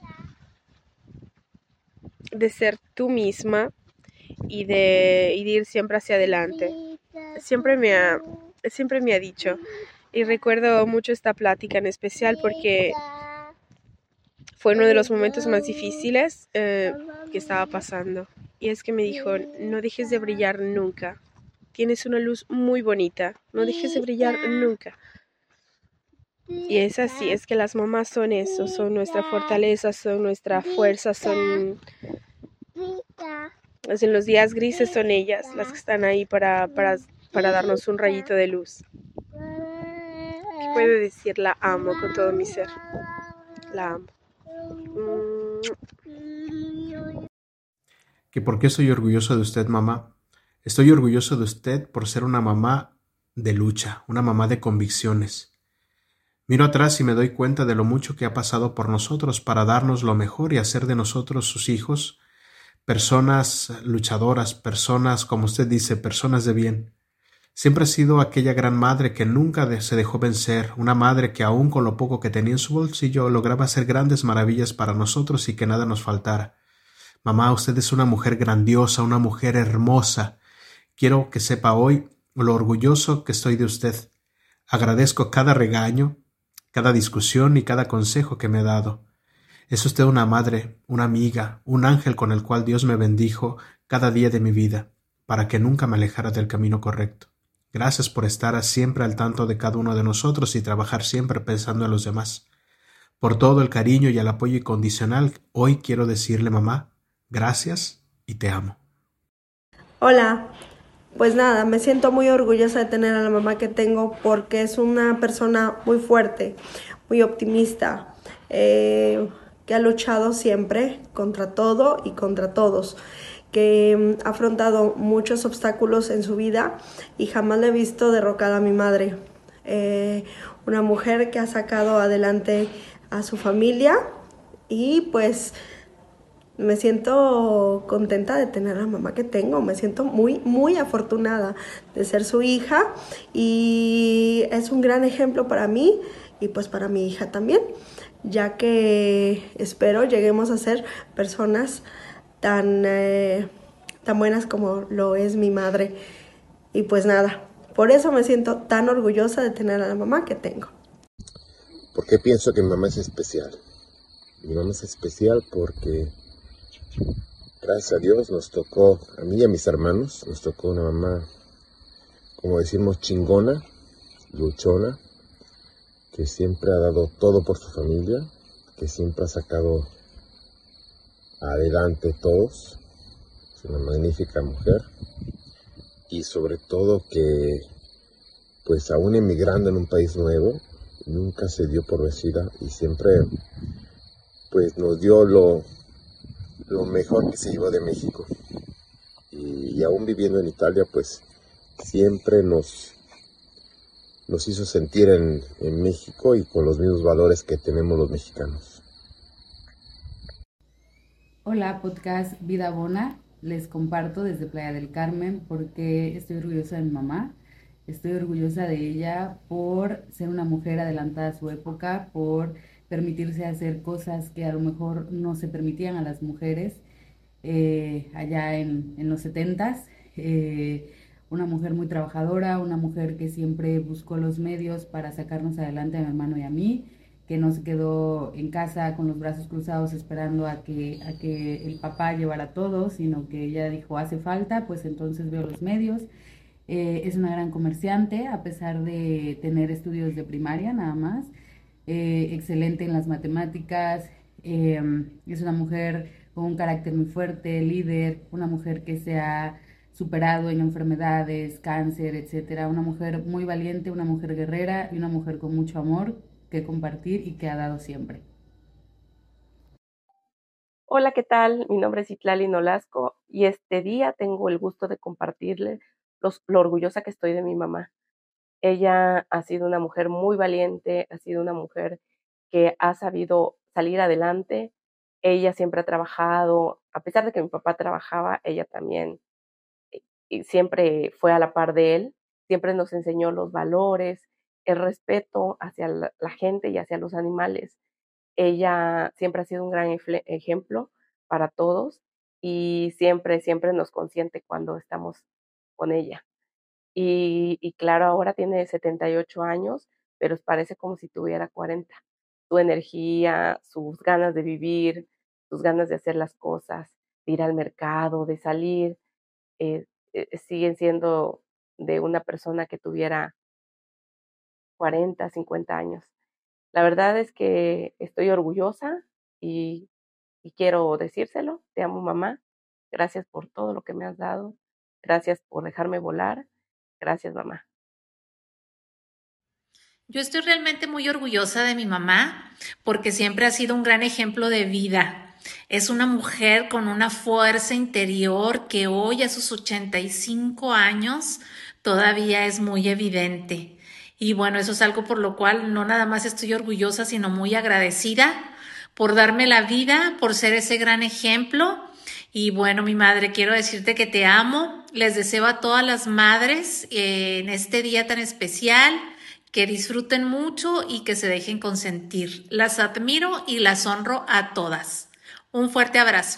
de ser tú misma y de, y de ir siempre hacia adelante. Siempre me ha, siempre me ha dicho, y recuerdo mucho esta plática en especial porque fue uno de los momentos más difíciles eh, que estaba pasando. Y es que me dijo, no dejes de brillar nunca. Tienes una luz muy bonita, no dejes de brillar nunca. Y es así, es que las mamás son eso, son nuestra fortaleza, son nuestra fuerza, son... Pues en los días grises son ellas las que están ahí para, para, para darnos un rayito de luz. ¿Qué puedo decir? La amo con todo mi ser. La amo. ¿Que por qué estoy orgulloso de usted, mamá? Estoy orgulloso de usted por ser una mamá de lucha, una mamá de convicciones. Miro atrás y me doy cuenta de lo mucho que ha pasado por nosotros para darnos lo mejor y hacer de nosotros sus hijos, personas luchadoras, personas, como usted dice, personas de bien. Siempre ha sido aquella gran madre que nunca de- se dejó vencer, una madre que aun con lo poco que tenía en su bolsillo lograba hacer grandes maravillas para nosotros y que nada nos faltara. Mamá, usted es una mujer grandiosa, una mujer hermosa. Quiero que sepa hoy lo orgulloso que estoy de usted. Agradezco cada regaño, cada discusión y cada consejo que me ha dado. Es usted una madre, una amiga, un ángel con el cual Dios me bendijo cada día de mi vida, para que nunca me alejara del camino correcto. Gracias por estar siempre al tanto de cada uno de nosotros y trabajar siempre pensando en los demás. Por todo el cariño y el apoyo incondicional, hoy quiero decirle, mamá, gracias y te amo. Hola, pues nada, me siento muy orgullosa de tener a la mamá que tengo porque es una persona muy fuerte, muy optimista, eh, que ha luchado siempre contra todo y contra todos, que ha afrontado muchos obstáculos en su vida y jamás le he visto derrocada a mi madre. Eh, una mujer que ha sacado adelante a su familia y pues me siento contenta de tener a la mamá que tengo, me siento muy, muy afortunada de ser su hija y es un gran ejemplo para mí y pues para mi hija también, ya que espero lleguemos a ser personas tan, eh, tan buenas como lo es mi madre. Y pues nada, por eso me siento tan orgullosa de tener a la mamá que tengo. ¿Por qué pienso que mi mamá es especial? Mi mamá es especial porque, gracias a Dios, nos tocó, a mí y a mis hermanos, nos tocó una mamá, como decimos, chingona, luchona, que siempre ha dado todo por su familia, que siempre ha sacado adelante todos. Es una magnífica mujer y sobre todo que, pues aún emigrando en un país nuevo, nunca se dio por vencida y siempre pues nos dio lo, lo mejor que se llevó de México. Y, y aún viviendo en Italia, pues siempre nos, nos hizo sentir en, en México y con los mismos valores que tenemos los mexicanos. Hola, podcast Vida Bona. Les comparto desde Playa del Carmen porque estoy orgullosa de mi mamá. Estoy orgullosa de ella por ser una mujer adelantada a su época, por permitirse hacer cosas que a lo mejor no se permitían a las mujeres eh, allá en, en los setentas. Eh, una mujer muy trabajadora, una mujer que siempre buscó los medios para sacarnos adelante a mi hermano y a mí, que no se quedó en casa con los brazos cruzados esperando a que, a que el papá llevara todo, sino que ella dijo, hace falta, pues entonces veo los medios. Eh, es una gran comerciante, a pesar de tener estudios de primaria nada más. Eh, excelente en las matemáticas. Eh, es una mujer con un carácter muy fuerte, líder, una mujer que se ha superado en enfermedades, cáncer, etcétera. Una mujer muy valiente, una mujer guerrera y una mujer con mucho amor que compartir y que ha dado siempre. Hola, ¿qué tal? Mi nombre es Itlali Nolasco y este día tengo el gusto de compartirles los, lo orgullosa que estoy de mi mamá. Ella ha sido una mujer muy valiente, ha sido una mujer que ha sabido salir adelante. Ella siempre ha trabajado, a pesar de que mi papá trabajaba, ella también y siempre fue a la par de él, siempre nos enseñó los valores, el respeto hacia la, la gente y hacia los animales. Ella siempre ha sido un gran ejemplo para todos y siempre, siempre nos consiente cuando estamos con ella. Y, y claro, ahora tiene setenta y ocho años, pero parece como si tuviera cuarenta. Su energía, sus ganas de vivir, sus ganas de hacer las cosas, de ir al mercado, de salir, eh, eh, siguen siendo de una persona que tuviera cuarenta, cincuenta años. La verdad es que estoy orgullosa y, y quiero decírselo. Te amo, mamá. Gracias por todo lo que me has dado. Gracias por dejarme volar. Gracias, mamá. Yo estoy realmente muy orgullosa de mi mamá porque siempre ha sido un gran ejemplo de vida. Es una mujer con una fuerza interior que hoy a sus ochenta y cinco años todavía es muy evidente. Y bueno, eso es algo por lo cual no nada más estoy orgullosa, sino muy agradecida por darme la vida, por ser ese gran ejemplo Y bueno, mi madre, quiero decirte que te amo. Les deseo a todas las madres eh, en este día tan especial que disfruten mucho y que se dejen consentir. Las admiro y las honro a todas. Un fuerte abrazo.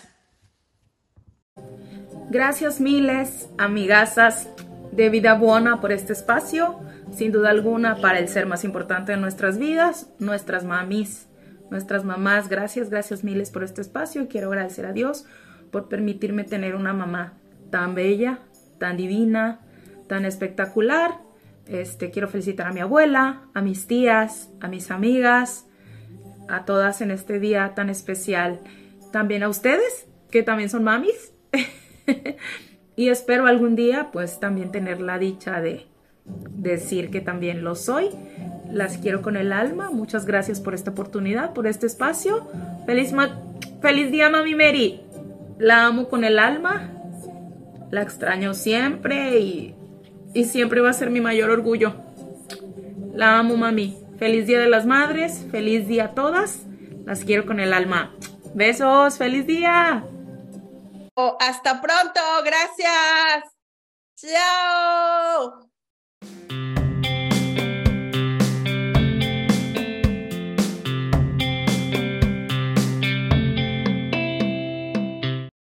Gracias miles, amigazas de Vida Buona, por este espacio. Sin duda alguna, para el ser más importante de nuestras vidas, nuestras mamis, nuestras mamás. Gracias, gracias miles por este espacio. Quiero agradecer a Dios por permitirme tener una mamá tan bella, tan divina, tan espectacular. Este, quiero felicitar a mi abuela, a mis tías, a mis amigas, a todas en este día tan especial. También a ustedes, que también son mamis. Y espero algún día, pues, también tener la dicha de decir que también lo soy. Las quiero con el alma. Muchas gracias por esta oportunidad, por este espacio. Feliz, feliz día, Mami Mary. La amo con el alma. La extraño siempre y, y siempre va a ser mi mayor orgullo. La amo, mami. Feliz Día de las Madres. Feliz día a todas. Las quiero con el alma. Besos. Feliz día. Hasta pronto. Gracias. Chao.